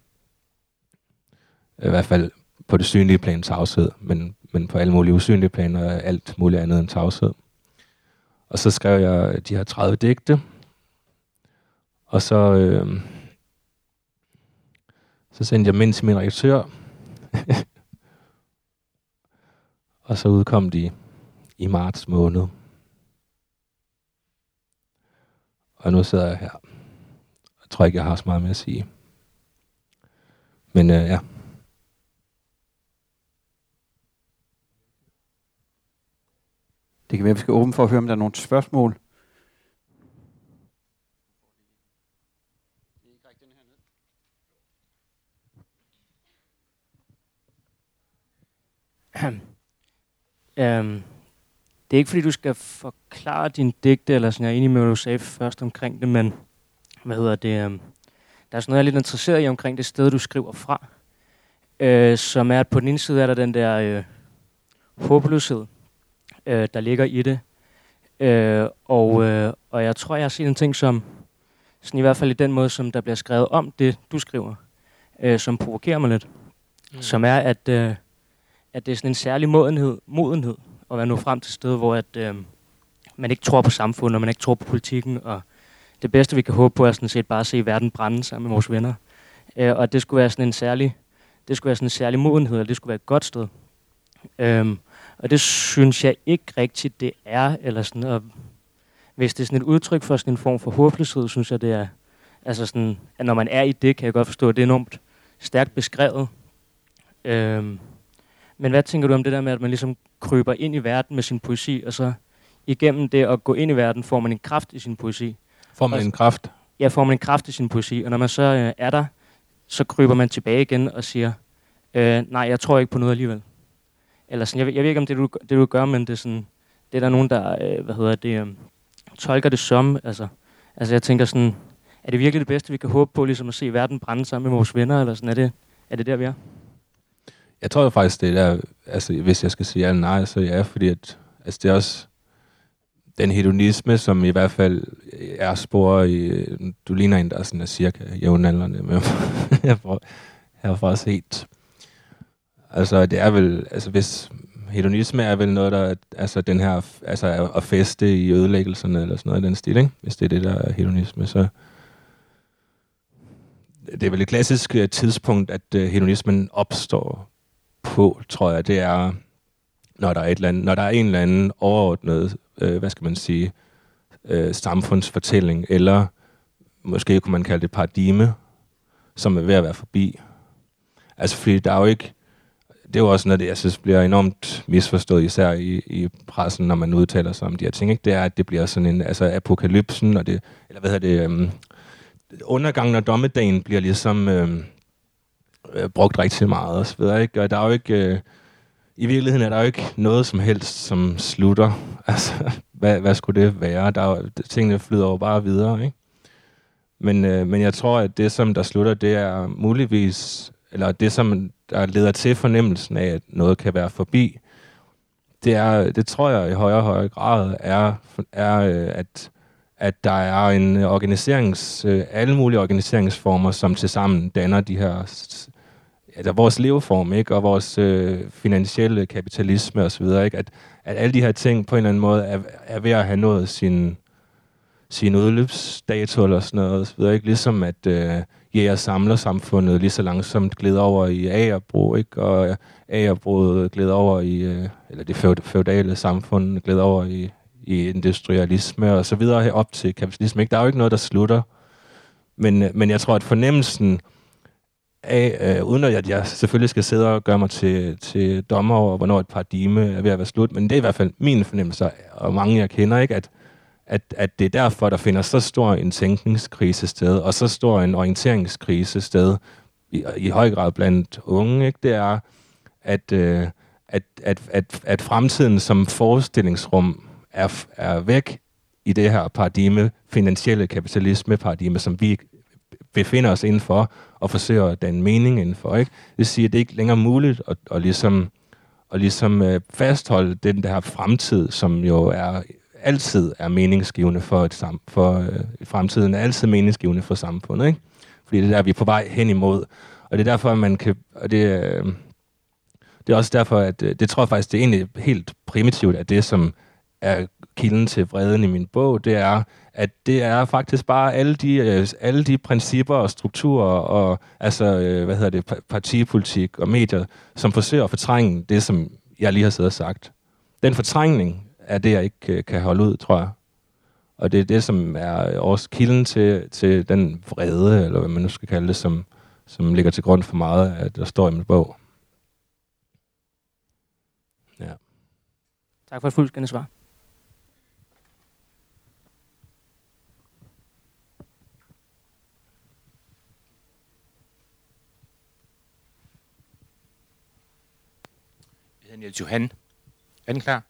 i hvert fald på det synlige plan tavshed, men, men på alle mulige usynlige planer er alt muligt andet end tavshed. Og så skrev jeg de her tredive digte, og så, øh, så sendte jeg dem ind til min redaktør, og så udkom de i marts måned. Og nu sidder jeg her. Jeg tror ikke, jeg har så meget med at sige. Men øh, ja. Det kan være, at vi skal åbne for at høre, om der er nogle spørgsmål. Um, det er ikke, fordi du skal forklare din digte, eller sådan, jeg er enig med, hvad du sagde først omkring det, men hvad hedder det? Um, der er sådan noget, jeg er lidt interesseret i omkring det sted, du skriver fra, uh, som er, at på den ene side er der den der uh, håbløshed, Øh, der ligger i det. Øh, og, øh, og jeg tror, jeg har set en ting, som sådan i hvert fald i den måde, som der bliver skrevet om det, du skriver, øh, som provokerer mig lidt. Mm. Som er, at, øh, at det er sådan en særlig modenhed, modenhed at være nået frem til et sted, hvor at, øh, man ikke tror på samfundet, og man ikke tror på politikken, og det bedste, vi kan håbe på, er sådan set bare at se verden brænde sammen med vores venner. Øh, og det skulle være sådan en særlig, det skulle være sådan en særlig modenhed, og det skulle være et godt sted. Øh, Og det synes jeg ikke rigtigt, det er. Eller sådan, og hvis det er sådan et udtryk for sådan en form for håbløshed, synes jeg, det er... Altså sådan, at når man er i det, kan jeg godt forstå, at det er enormt stærkt beskrevet. Øhm, men hvad tænker du om det der med, at man ligesom kryber ind i verden med sin poesi, og så igennem det at gå ind i verden, får man en kraft i sin poesi? Får man og, en kraft? Ja, får man en kraft i sin poesi. Og når man så øh, er der, så kryber man tilbage igen og siger, øh, nej, jeg tror ikke på noget alligevel. Eller sådan, jeg, jeg ved ikke, om det du, det du gør, men det er sådan, det er der nogen, der, øh, hvad hedder det, øh, tolker det som, altså, altså jeg tænker sådan, er det virkelig det bedste, vi kan håbe på, ligesom at se verden brænde sammen med vores venner, eller sådan, er det, er det der, vi er? Jeg tror faktisk, det er der, altså hvis jeg skal sige ja eller nej, så ja, fordi at, altså det er også den hedonisme, som i hvert fald er spor i, du ligner en, der er sådan er cirka jævnaldrende, men jeg har faktisk set. Altså det er vel, altså hvis hedonisme er vel noget, der, altså den her, altså at feste i ødelæggelserne, eller sådan noget i den stil, ikke? Hvis det er det, der er hedonisme, så det er vel et klassisk tidspunkt, at uh, hedonismen opstår på, tror jeg, det er, når der er, et eller andet, når der er en eller anden overordnet, øh, hvad skal man sige, øh, samfundsfortælling, eller måske kunne man kalde det paradigme, som er ved at være forbi. Altså, fordi der er jo ikke, det er jo også noget, det jeg synes bliver enormt misforstået, især i, i pressen, når man udtaler sig om de her ting, ikke? Det er, at det bliver sådan en, altså apokalypsen, og det, eller hvad hedder det, øhm, undergangen og dommedagen bliver ligesom øhm, øh, brugt rigtig meget, og så videre, ikke? Og der er jo ikke, øh, i virkeligheden er der jo ikke noget som helst, som slutter. Altså, hvad, hvad skulle det være? Der er jo, tingene flyder jo bare videre, ikke? Men, øh, men jeg tror, at det, som der slutter, det er muligvis, eller det, som der leder til fornemmelsen af, at noget kan være forbi, det er, det tror jeg i højere og højere grad er, er at, at der er en organiserings, alle mulige organiseringsformer, som tilsammen danner de her, altså vores leveform, ikke, og vores øh, finansielle kapitalisme og så videre, ikke, at, at alle de her ting på en eller anden måde er, er ved at have nået sin sin udløbsdato eller sådan noget, og så videre, ikke, ligesom at øh, jæger-samler-samfundet lige så langsomt glider over i agerbrug, ikke, og agerbruget glider over i, øh, eller det feudale samfund glider over i, i industrialisme og så videre op til kapitalisme, ikke. Der er jo ikke noget, der slutter, men, men jeg tror, at fornemmelsen af, øh, uden at jeg selvfølgelig skal sidde og gøre mig til, til dommer over, hvornår et paradigme er ved at være slut, men det er i hvert fald min fornemmelse, og mange jeg kender, ikke, at At, at det er derfor, der finder så stor en tænkningskrise sted, og så stor en orienteringskrise sted, i, i høj grad blandt unge, ikke? Det er, at, øh, at, at, at, at fremtiden som forestillingsrum er, er væk i det her paradigme, finansielle kapitalisme-paradigme, som vi befinder os indenfor, og forsøger at danne mening indenfor, ikke? Det vil sige, at det ikke længere er muligt at, at ligesom, at ligesom øh, fastholde den der fremtid, som jo er altid er meningsgivende for et sam for øh, fremtiden er altid meningsgivende for samfundet, ikke? Fordi det er der, vi er på vej hen imod, og det er derfor, at man kan, og det, øh, det er også derfor, at øh, det tror jeg faktisk, det er egentlig helt primitivt, at det, som er kilden til vreden i min bog, det er, at det er faktisk bare alle de, øh, alle de principper og strukturer og altså, øh, hvad hedder det, partipolitik og medier, som forsøger at fortrænge det, som jeg lige har siddet og sagt. Den fortrængning er det, jeg ikke kan holde ud, tror jeg. Og det er det, som er også kilden til, til den vrede, eller hvad man nu skal kalde det, som, som ligger til grund for meget, at der står i min bog. Ja. Tak for et fuldstændigt svar. Jeg hedder Niels Johan. Er den klar?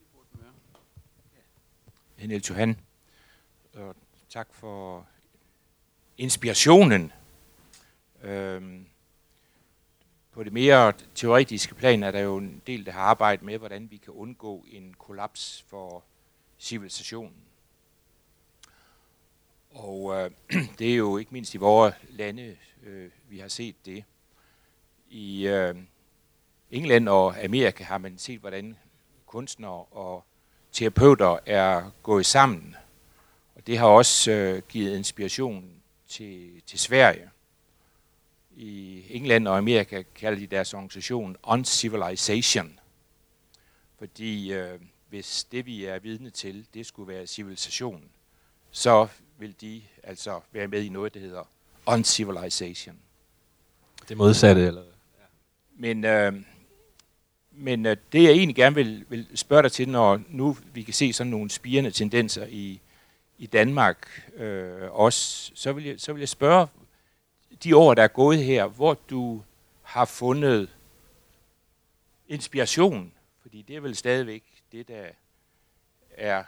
Niels Johan, og tak for inspirationen. Øhm, på det mere teoretiske plan er der jo en del, der har arbejdet med, hvordan vi kan undgå en kollaps for civilisationen. Og øh, det er jo ikke mindst i vores lande, øh, vi har set det. I øh, England og Amerika har man set, hvordan kunstnere og terapeuter er gået sammen, og det har også øh, givet inspiration til, til Sverige. I England og Amerika kalder de deres organisation Uncivilization, fordi øh, hvis det vi er vidne til, det skulle være civilisation, så vil de altså være med i noget, der hedder Uncivilization. Det modsatte, eller? Ja. Men øh, Men øh, det jeg egentlig gerne vil, vil spørge dig til, når nu vi kan se sådan nogle spirende tendenser i, i Danmark øh, også, så vil, jeg, så vil jeg spørge de år, der er gået her, hvor du har fundet inspiration, fordi det er vel stadigvæk det, der er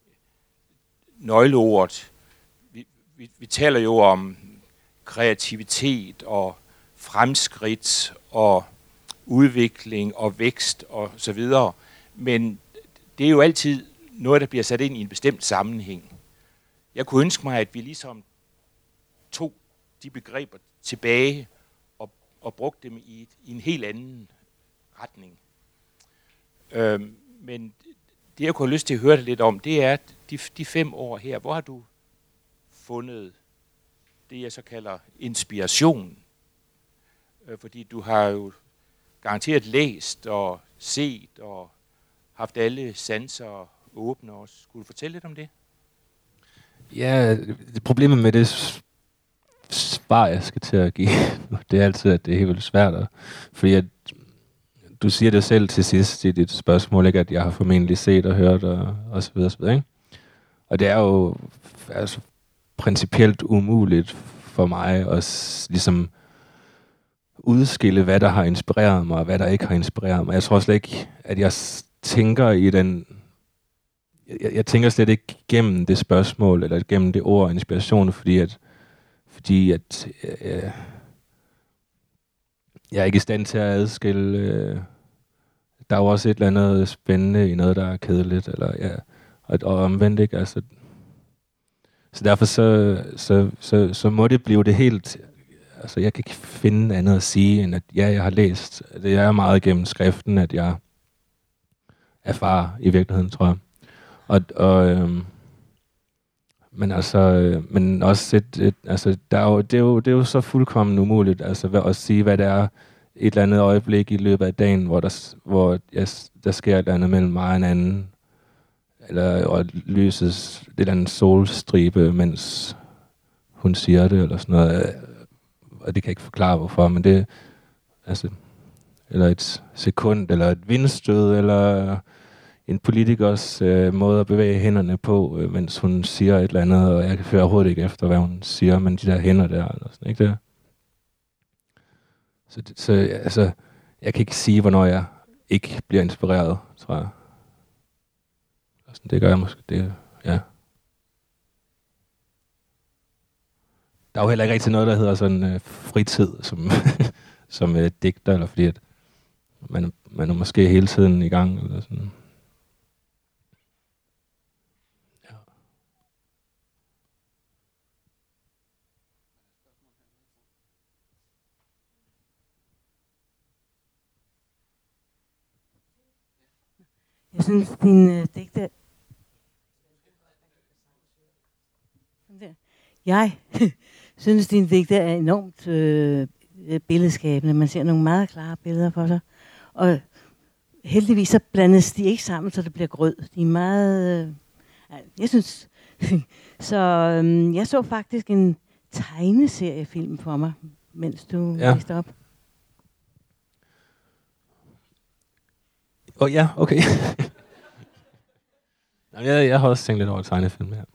nøgleordet. Vi, vi, vi taler jo om kreativitet og fremskridt og udvikling og vækst og så videre, men det er jo altid noget, der bliver sat ind i en bestemt sammenhæng. Jeg kunne ønske mig, at vi ligesom tog de begreber tilbage og, og brugte dem i, et, i en helt anden retning. Øhm, men det, jeg kunne have lyst til at høre dig lidt om, det er, at de, de fem år her, hvor har du fundet det, jeg så kalder inspiration? Øh, fordi du har jo garanteret læst og set og haft alle sanser åbne også. Skulle du fortælle lidt om det? Ja, det problemet med det svar, jeg skal til at give, det er altid, at det er helt vildt svært. Fordi at du siger det selv til sidst i dit spørgsmål, ikke, at jeg har formentlig set og hørt og, og så videre, så videre, ikke? Og det er jo altså, principielt umuligt for mig at ligesom udskille, hvad der har inspireret mig, og hvad der ikke har inspireret mig. Jeg tror slet ikke, at jeg tænker i den... Jeg, jeg tænker slet ikke gennem det spørgsmål, eller gennem det ord inspiration, fordi at, fordi at øh, jeg er ikke i stand til at adskille... Øh, der er jo også et eller andet spændende i noget, der er kedeligt, eller ja, og, og omvendt, ikke? Altså, så derfor så, så, så, så må det blive det helt... Altså, jeg kan ikke finde andet at sige, end at ja, jeg har læst. Det er meget gennem skriften, at jeg erfarer i virkeligheden, tror jeg. Og, og øhm, men altså, øh, men også et, et, altså, der er jo, det, er jo, det er jo så fuldkommen umuligt, altså at sige, hvad det er et eller andet øjeblik i løbet af dagen, hvor der, hvor yes, der sker et eller andet mellem mig og en anden, eller og lyses et eller andet solstribe, mens hun siger det, eller sådan noget. Og det kan jeg ikke forklare, hvorfor, men det, altså, eller et sekund, eller et vindstød, eller en politikers øh, måde at bevæge hænderne på, øh, mens hun siger et eller andet, og jeg kan høre overhovedet ikke efter, hvad hun siger, men de der hænder der, eller sådan, ikke det? Så, så altså, jeg kan ikke sige, hvornår jeg ikke bliver inspireret, tror jeg. Altså, det gør jeg måske, det, ja. Der er jo heller ikke rigtig noget, der hedder sådan øh, fritid, som, som øh, digter, eller fordi at man, man er måske hele tiden i gang, eller sådan. Ja. Jeg synes, din øh, digter... Jeg synes, din digter er enormt øh, billedskabende. Man ser nogle meget klare billeder for sig. Og heldigvis så blandes de ikke sammen, så det bliver grød. De er meget... Øh, jeg synes... så øh, jeg så faktisk en tegneseriefilm for mig, mens du ja. læste op. Åh oh, ja, okay. Jamen, jeg, jeg har også tænkt lidt over tegnefilm her.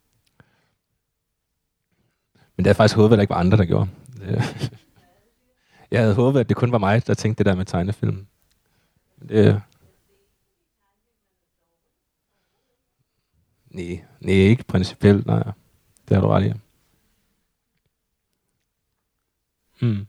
Men det er faktisk håbet, at der ikke var andre, der gjorde. Jeg havde håbet, at det kun var mig, der tænkte det der med tegnefilm. Det... Nej, nej, ikke principielt, nej. Det har du ret i. Hmm.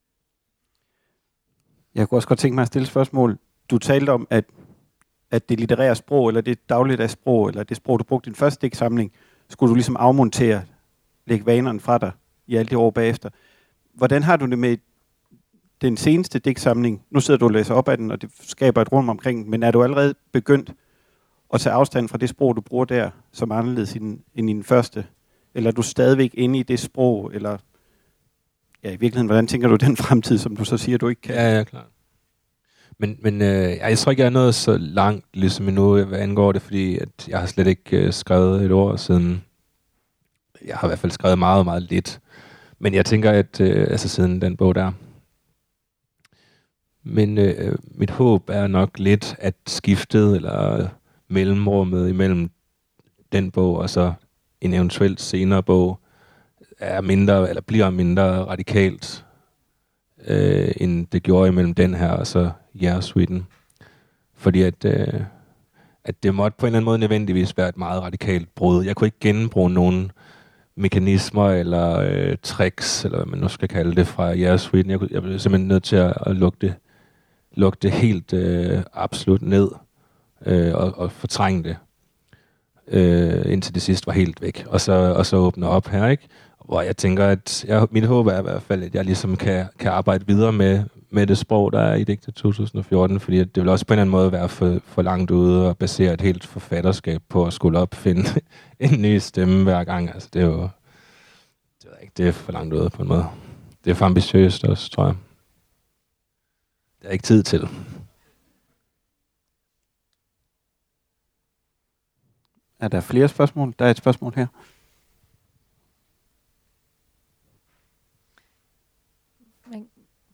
Jeg kunne også godt tænke mig at stille et spørgsmål. Du talte om, at, at det litterære sprog, eller det dagligdags sprog, eller det sprog, du brugte i din første digtsamling, skulle du ligesom afmontere, lægge vanerne fra dig i alle de år bagefter. Hvordan har du det med den seneste digtsamling? Nu sidder du og læser op af den, og det skaber et rum omkring den, men er du allerede begyndt at tage afstand fra det sprog, du bruger der, som er anderledes end i den første? Eller er du stadigvæk inde i det sprog? Eller ja, i virkeligheden, hvordan tænker du den fremtid, som du så siger, du ikke kan? Ja, ja, klart. Men, men øh, jeg tror ikke, jeg er nået så langt ligesom endnu, hvad angår det, fordi at jeg har slet ikke øh, skrevet et ord siden. Jeg har i hvert fald skrevet meget, meget lidt. Men jeg tænker, at øh, altså siden den bog der. Men øh, mit håb er nok lidt, at skiftet eller mellemrummet imellem den bog og så en eventuelt senere bog er mindre, eller bliver mindre radikalt, øh, end det gjorde imellem den her og så Yeah Sweden. Fordi at, øh, at det måtte på en eller anden måde nødvendigvis være et meget radikalt brud. Jeg kunne ikke genbruge nogen mekanismer eller øh, tricks, eller hvad man nu skal kalde det, fra Yeah Sweden. Jeg, jeg blev simpelthen nødt til at, at lukke det, lukke det helt øh, absolut ned øh, og, og fortrænge det. Øh, indtil det sidste var helt væk. Og så, og så åbne op her, ikke? Hvor jeg tænker, at jeg, mit håb er i hvert fald, at jeg ligesom kan, kan arbejde videre med, med det sprog, der er i digtet to tusind og fjorten, fordi det vil også på en eller anden måde være for, for langt ude og basere et helt forfatterskab på at skulle opfinde en ny stemme hver gang. Altså, det er jo det er, ikke, det er for langt ude på en måde. Det er for ambitiøst også, tror jeg. Det er ikke tid til. Er der flere spørgsmål? Der er et spørgsmål her. Man,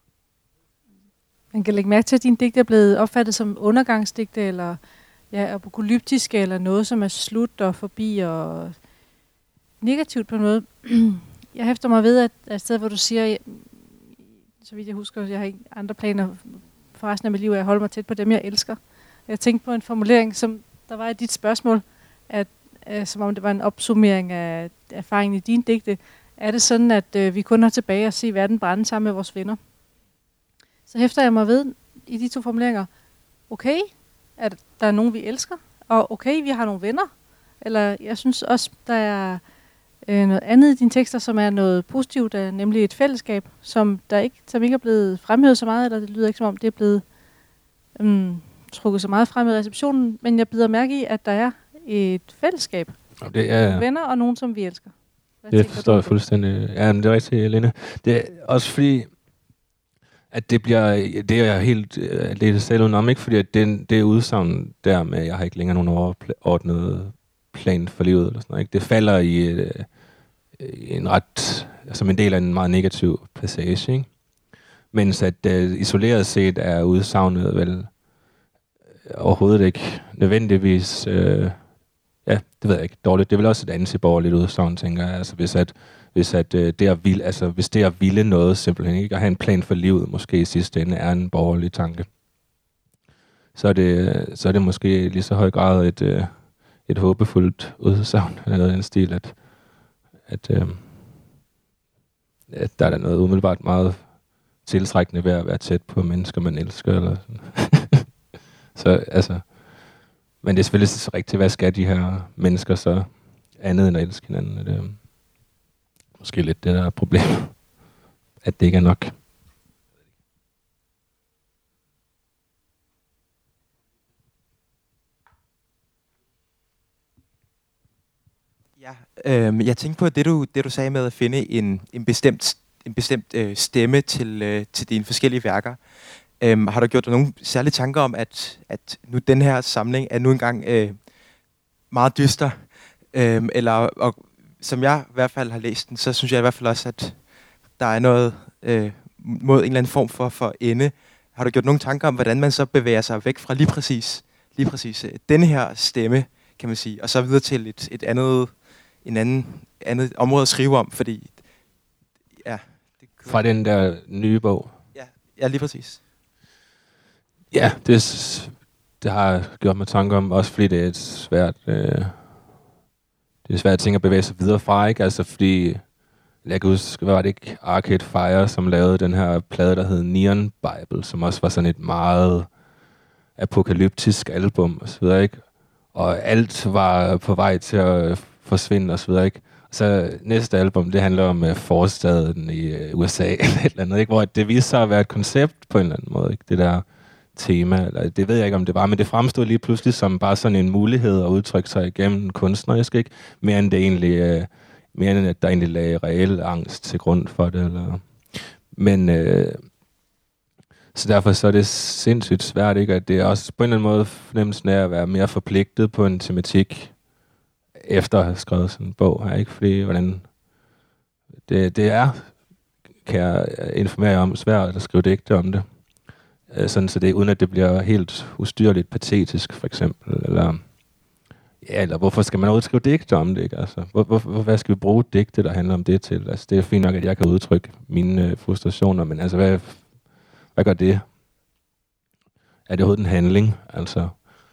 man kan lægge mærke til, at din digte er blevet opfattet som undergangsdigte, eller ja, apokalyptiske, eller noget, som er slut og forbi, og negativt på en måde. Jeg hæfter mig ved, at et sted, hvor du siger, så vidt jeg husker, jeg har ikke andre planer for resten af mit liv, at jeg holder mig tæt på dem, jeg elsker. Jeg tænkte på en formulering, som der var i dit spørgsmål, at øh, som om det var en opsummering af erfaringen i dine digte. Er det sådan, at øh, vi kun har tilbage at se verden brænde sammen med vores venner? Så hæfter jeg mig ved i de to formuleringer, okay, at der er nogen, vi elsker, og okay, vi har nogle venner. Eller jeg synes også, der er øh, noget andet i dine tekster, som er noget positivt, er nemlig et fællesskab, som der ikke, som ikke er blevet fremhævet så meget, eller det lyder ikke som om, det er blevet øhm, trukket så meget frem i receptionen, men jeg bider mærke i, at der er et fællesskab. Og det er Venner og nogen, som vi elsker. Hvad det forstår jeg fuldstændig. Ja, men det er rigtigt, Lene. Det er også fordi, at det bliver, det er jeg helt uh, lidt selv udenom, ikke? Fordi at det, det er udsagn der med, at jeg har ikke længere nogen overordnet plan for livet, eller sådan noget, ikke? Det falder i, uh, i en ret, som en del af en meget negativ passage, ikke? Mens at uh, isoleret set er udsagnet vel overhovedet ikke nødvendigvis, øh, ja, det ved jeg ikke, dårligt. Det er vel også et antiborgerligt udsagn, tænker jeg. Altså hvis at, hvis at øh, det at ville, altså hvis det at ville noget simpelthen, ikke at have en plan for livet, måske i sidste ende er en borgerlig tanke, så er det, så er det måske lige så høj grad et, øh, et håbefuldt udsagn, eller noget i den stil, at, at, øh, at der er der noget umiddelbart meget tiltrækkende ved at være tæt på mennesker, man elsker, eller sådan. Så altså, men det er selvfølgelig så rigtigt, hvad skal de her mennesker så andet end at elske hinanden? Det er måske lidt det der problem, at det ikke er nok. Ja, øh, jeg tænkte på det du det du sagde med at finde en en bestemt en bestemt øh, stemme til øh, til dine forskellige værker. Øhm, har du gjort dig nogle særlige tanker om, at, at nu den her samling er nu engang øh, meget dyster? Øhm, eller, og, som jeg i hvert fald har læst den, så synes jeg i hvert fald også, at der er noget øh, mod en eller anden form for, for ende. Har du gjort nogle tanker om, hvordan man så bevæger sig væk fra lige præcis, lige præcis øh, denne her stemme, kan man sige, og så videre til et, et andet, en anden, andet område at skrive om? Fordi, ja, det fra den der nye bog? Ja, ja lige præcis. Ja, det, det har jeg gjort mig tanker om, også fordi det er et svært, øh, det er svært ting at bevæge sig videre fra, ikke? Altså fordi, jeg kan huske, hvad var det ikke, Arcade Fire, som lavede den her plade, der hed Neon Bible, som også var sådan et meget apokalyptisk album, og så videre, ikke? Og alt var på vej til at forsvinde, og så videre, ikke? Så næste album, det handler om uh, forstaden i uh, U S A, eller et eller andet, ikke? Hvor det viste sig at være et koncept på en eller anden måde, ikke? Det der tema, eller det ved jeg ikke, om det var, men det fremstod lige pludselig som bare sådan en mulighed at udtrykke sig igennem kunstnerisk, ikke? Mere end det egentlig, uh, mere end at der egentlig lagde reel angst til grund for det, eller... Men, uh, så derfor så er det sindssygt svært, ikke? At det er også på en eller anden måde fornemmelsen af at være mere forpligtet på en tematik, efter at have skrevet sådan en bog her, ikke? Fordi, hvordan... Det, det er, kan jeg informere jer om, svært at skrive digte om det. Sådan, så det er uden at det bliver helt ustyrligt patetisk, for eksempel, eller Ja, eller hvorfor skal man udskrive digte om det, ikke? Altså, hvor, hvor, hvor, hvad skal vi bruge digte, der handler om det til? Altså, det er fint nok, at jeg kan udtrykke mine øh, frustrationer, men altså, hvad, hvad gør det? Er det overhovedet en handling? Altså,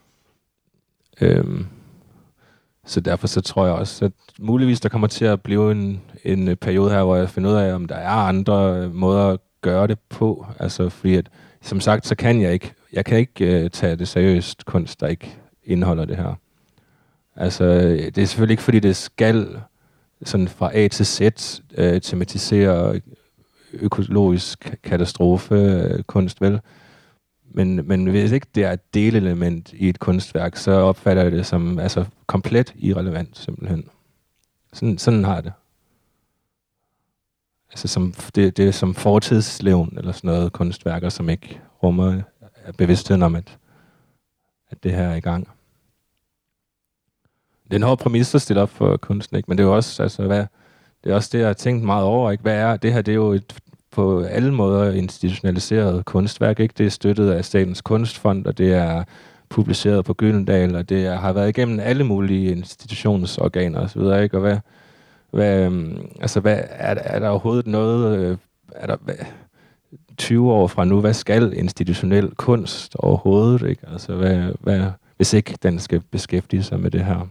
øhm, så derfor så tror jeg også, at muligvis der kommer til at blive en, en periode her, hvor jeg finder ud af, om der er andre måder at gøre det på. Altså, fordi at, som sagt, så kan jeg ikke, jeg kan ikke øh, tage det seriøst kunst, der ikke indeholder det her. Altså, det er selvfølgelig ikke, fordi det skal sådan fra A til Z øh, tematisere økologisk katastrofe øh, kunst, vel? Men, men hvis ikke det er et delelement i et kunstværk, så opfatter jeg det som altså, komplet irrelevant, simpelthen. Sådan, sådan har jeg det. Altså, som, det, det er som fortidslevn, eller sådan noget kunstværker, som ikke rummer bevidstheden om, at, at det her er i gang. Det er en hård præmis at stille op for kunsten, ikke? Men det er jo også, altså, hvad, det er også det, jeg har tænkt meget over, ikke? Hvad er det her? Det er jo et på alle måder institutionaliseret kunstværk, ikke? Det er støttet af Statens Kunstfond, og det er publiceret på Gyldendal, og det er, har været igennem alle mulige institutionsorganer osv., ikke? Og hvad, hvad, altså, hvad er, er der overhovedet noget, er der hvad, tyve år fra nu, hvad skal institutionel kunst overhovedet, ikke? Altså, hvad, hvad, hvis ikke den skal beskæftige sig med det her,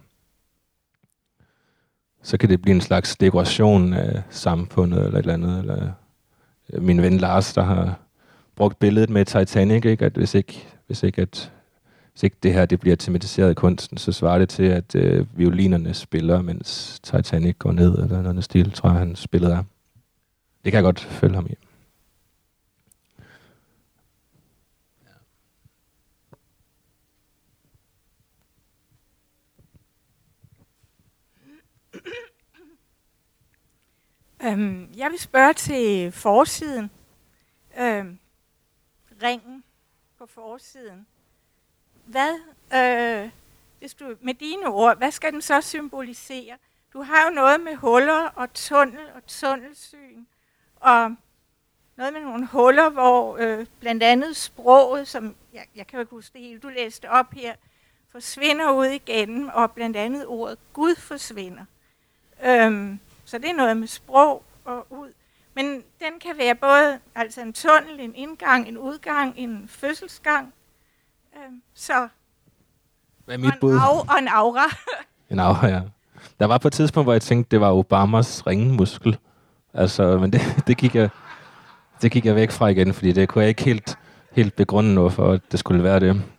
så kan det blive en slags dekoration af samfundet, eller et eller andet, eller min ven Lars, der har brugt billedet med Titanic, ikke? At hvis ikke, hvis ikke, at, hvis ikke det her det bliver tematiseret i kunsten, så svarer det til, at øh, violinerne spiller, mens Titanic går ned, eller noget stil, tror jeg, han spillede af. Det kan jeg godt følge ham i. Øhm, jeg vil spørge til forsiden. Øhm, ringen på forsiden. Hvad, øh, hvis du, med dine ord, hvad skal den så symbolisere? Du har jo noget med huller og tunnel og tunnelsyn, og noget med nogle huller, hvor øh, blandt andet sproget, som jeg, jeg kan jo ikke huske det hele, du læste op her, forsvinder ud igennem, og blandt andet ordet Gud forsvinder. Øhm, Så det er noget med sprog og ud. Men den kan være både altså en tunnel, en indgang, en udgang, en fødselsgang. Øhm, så hvad er mit og, en bud? Au, og en aura. En aura, ja. Der var på et tidspunkt, hvor jeg tænkte, det var Obamas ringmuskel. Altså, men det, det, gik jeg, det gik jeg væk fra igen, fordi det kunne jeg ikke helt, helt begrunde noget for, at det skulle være det. Men,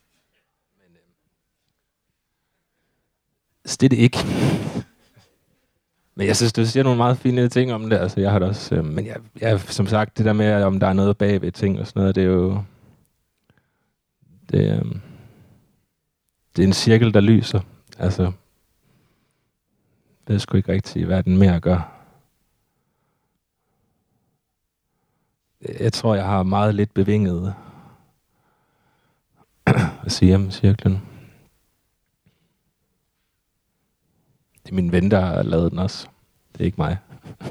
så det er det ikke. Men jeg synes, du siger nogle meget fine ting om det. Altså, jeg har det også, øh, men jeg, jeg, som sagt, det der med, om der er noget bagved ting og sådan noget, det er jo... Det, øh, det er en cirkel, der lyser. Altså, det er sgu ikke rigtigt, hvad den mere at gøre. Jeg tror, jeg har meget lidt bevinget at sige om cirklen. Det er min ven, der har lavet den også. Det er ikke mig.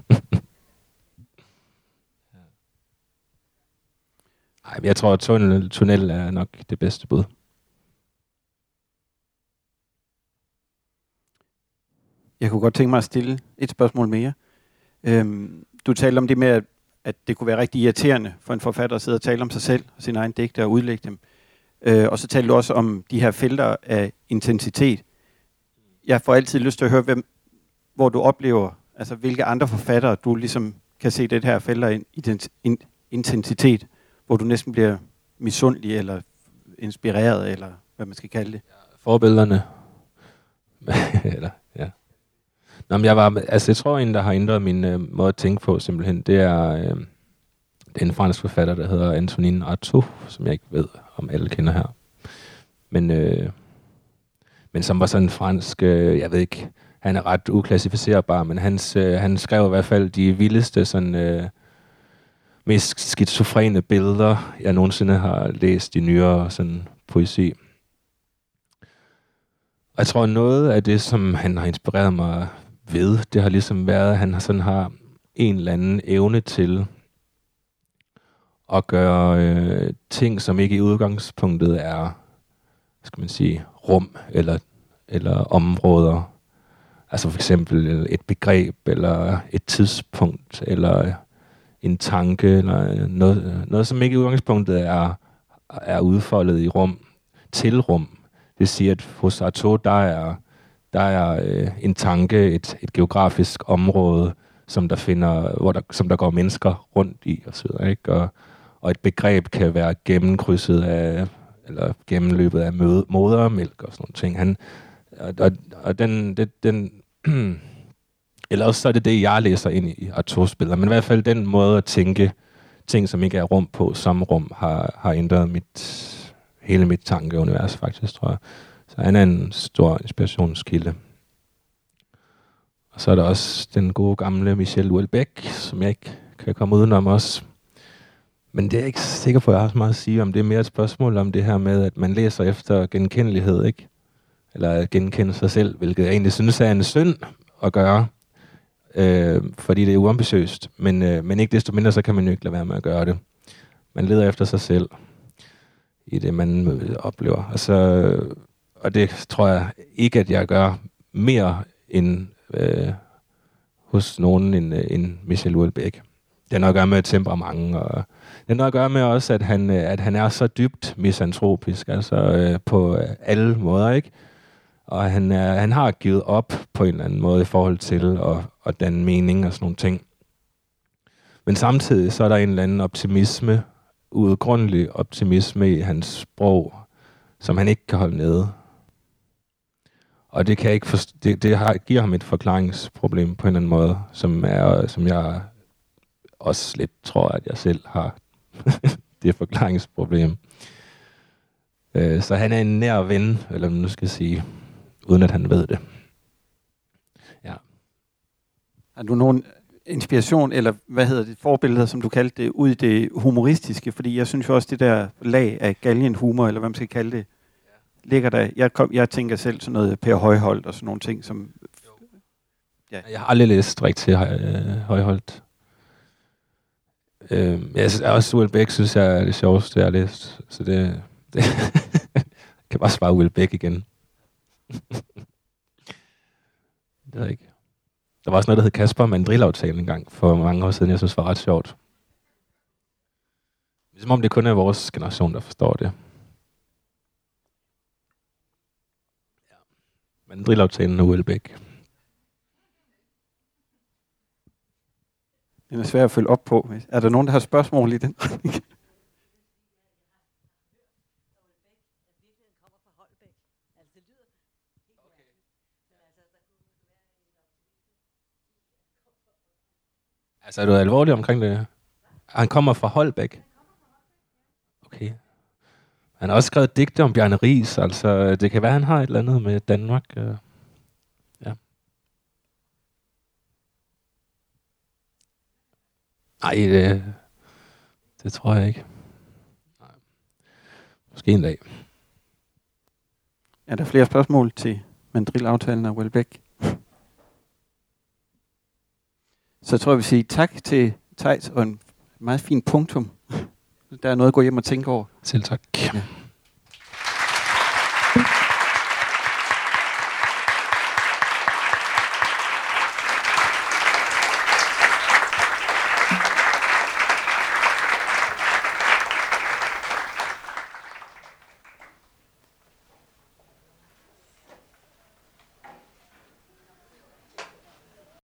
Nej, jeg tror, at tunnel, tunnel er nok det bedste bud. Jeg kunne godt tænke mig at stille et spørgsmål mere. Øhm, du talte om det med, at det kunne være rigtig irriterende for en forfatter at sidde og tale om sig selv og sin egen digte og udlægge dem. Øh, og så talte du også om de her felter af intensitet. Jeg får altid lyst til at høre, hvem, hvor du oplever, altså hvilke andre forfattere, du ligesom kan se det her felter af in, intensitet, hvor du næsten bliver misundelig eller inspireret, eller hvad man skal kalde det. Forbillederne. eller, ja. Nå, men jeg var, altså jeg tror en, der har ændret min øh, måde at tænke på simpelthen, det er, øh, det er en fransk forfatter, der hedder Antonin Artaud, som jeg ikke ved, om alle kender her. Men, øh, men som var sådan en fransk, øh, jeg ved ikke, han er ret uklassificerbar, men hans, øh, han skrev i hvert fald de vildeste, sådan, øh, mest skizofrene billeder, jeg nogensinde har læst i nyere sådan, poesi. Og jeg tror, noget af det, som han har inspireret mig ved, det har ligesom været, at han sådan har en eller anden evne til at gøre øh, ting, som ikke i udgangspunktet er, skal man sige, rum eller eller områder. Altså for eksempel et begreb, eller et tidspunkt, eller en tanke, eller noget, noget som ikke i udgangspunktet er, er udfoldet i rum til rum. Det vil sige, at hos Artaud, der er, der er øh, en tanke, et, et geografisk område, som der finder, hvor der, som der går mennesker rundt i, og så videre, ikke? Og, og et begreb kan være gennemkrydset af, eller gennemløbet af møde, modermælk og sådan nogle ting. Han, og, og, og den, det, den eller også så er det det, jeg læser ind i Artauds billeder. Men i hvert fald den måde at tænke ting, som ikke er rum på, som rum, har, har ændret mit, hele mit tankeunivers faktisk, tror jeg. Så han er en stor inspirationskilde. Og så er der også den gode gamle Michel Houellebecq, som jeg ikke kan komme udenom også. Men det er jeg ikke sikker på, at jeg har så meget at sige om. Det er mere et spørgsmål om det her med, at man læser efter genkendelighed, ikke? Eller at genkende sig selv, hvilket jeg egentlig synes er en synd at gøre, øh, fordi det er uambitiøst. Men, øh, men ikke desto mindre, så kan man jo ikke lade være med at gøre det. Man leder efter sig selv i det, man oplever. Og, så, og det tror jeg ikke, at jeg gør mere end øh, hos nogen end, end Michel Houellebecq. Det har noget at gøre med temperament, og det har noget at gøre med også, at han, at han er så dybt misantropisk, altså øh, på alle måder, ikke? Og han, er, han har givet op på en eller anden måde i forhold til at, at danne mening og sådan nogle ting. Men samtidig så er der en eller anden optimisme, uudgrundelig optimisme i hans sprog, som han ikke kan holde nede. Og det kan jeg ikke forst- det, det har, giver ham et forklaringsproblem på en eller anden måde, som er, som jeg også lidt tror, at jeg selv har det forklaringsproblem. Øh, så han er en nær ven, eller nu skal jeg sige, uden at han ved det. Ja. Har du nogen inspiration, eller hvad hedder det, forbilleder, som du kaldte det, ud i det humoristiske? Fordi jeg synes jo også, det der lag af galgenhumor, eller hvad man skal kalde det, ligger der. Jeg, kom, jeg tænker selv sådan noget Per Højholt og sådan nogle ting, som... Ja. Jeg har aldrig læst rigtig øh, Højholt. Øh, jeg synes også, Houellebecq synes jeg er det sjoveste, jeg har læst. Så det... det jeg kan bare svare Houellebecq igen. Det ved jeg ikke. Der var også noget, der hed Kasper Mandrill-aftalen engang for mange år siden, jeg synes var ret sjovt. Ligesom om det kun er vores generation, der forstår det. Ja. Mandrill-aftalen og Houellebecq. Den er svær at følge op på. Er der nogen, der har spørgsmål i den? Altså, er du alvorlig omkring det? Han kommer fra Holbæk. Okay. Han har også skrevet digte om Bjarne Riis, altså det kan være, han har et eller andet med Danmark. Ja. Nej, det, det tror jeg ikke. Nej. Måske en dag. Er der flere spørgsmål til Mandrill-aftalen og Houellebecq? Så tror jeg, vi siger tak til Theis og en meget fin punktum. Der er noget at gå hjem og tænke over. Selv tak. Ja.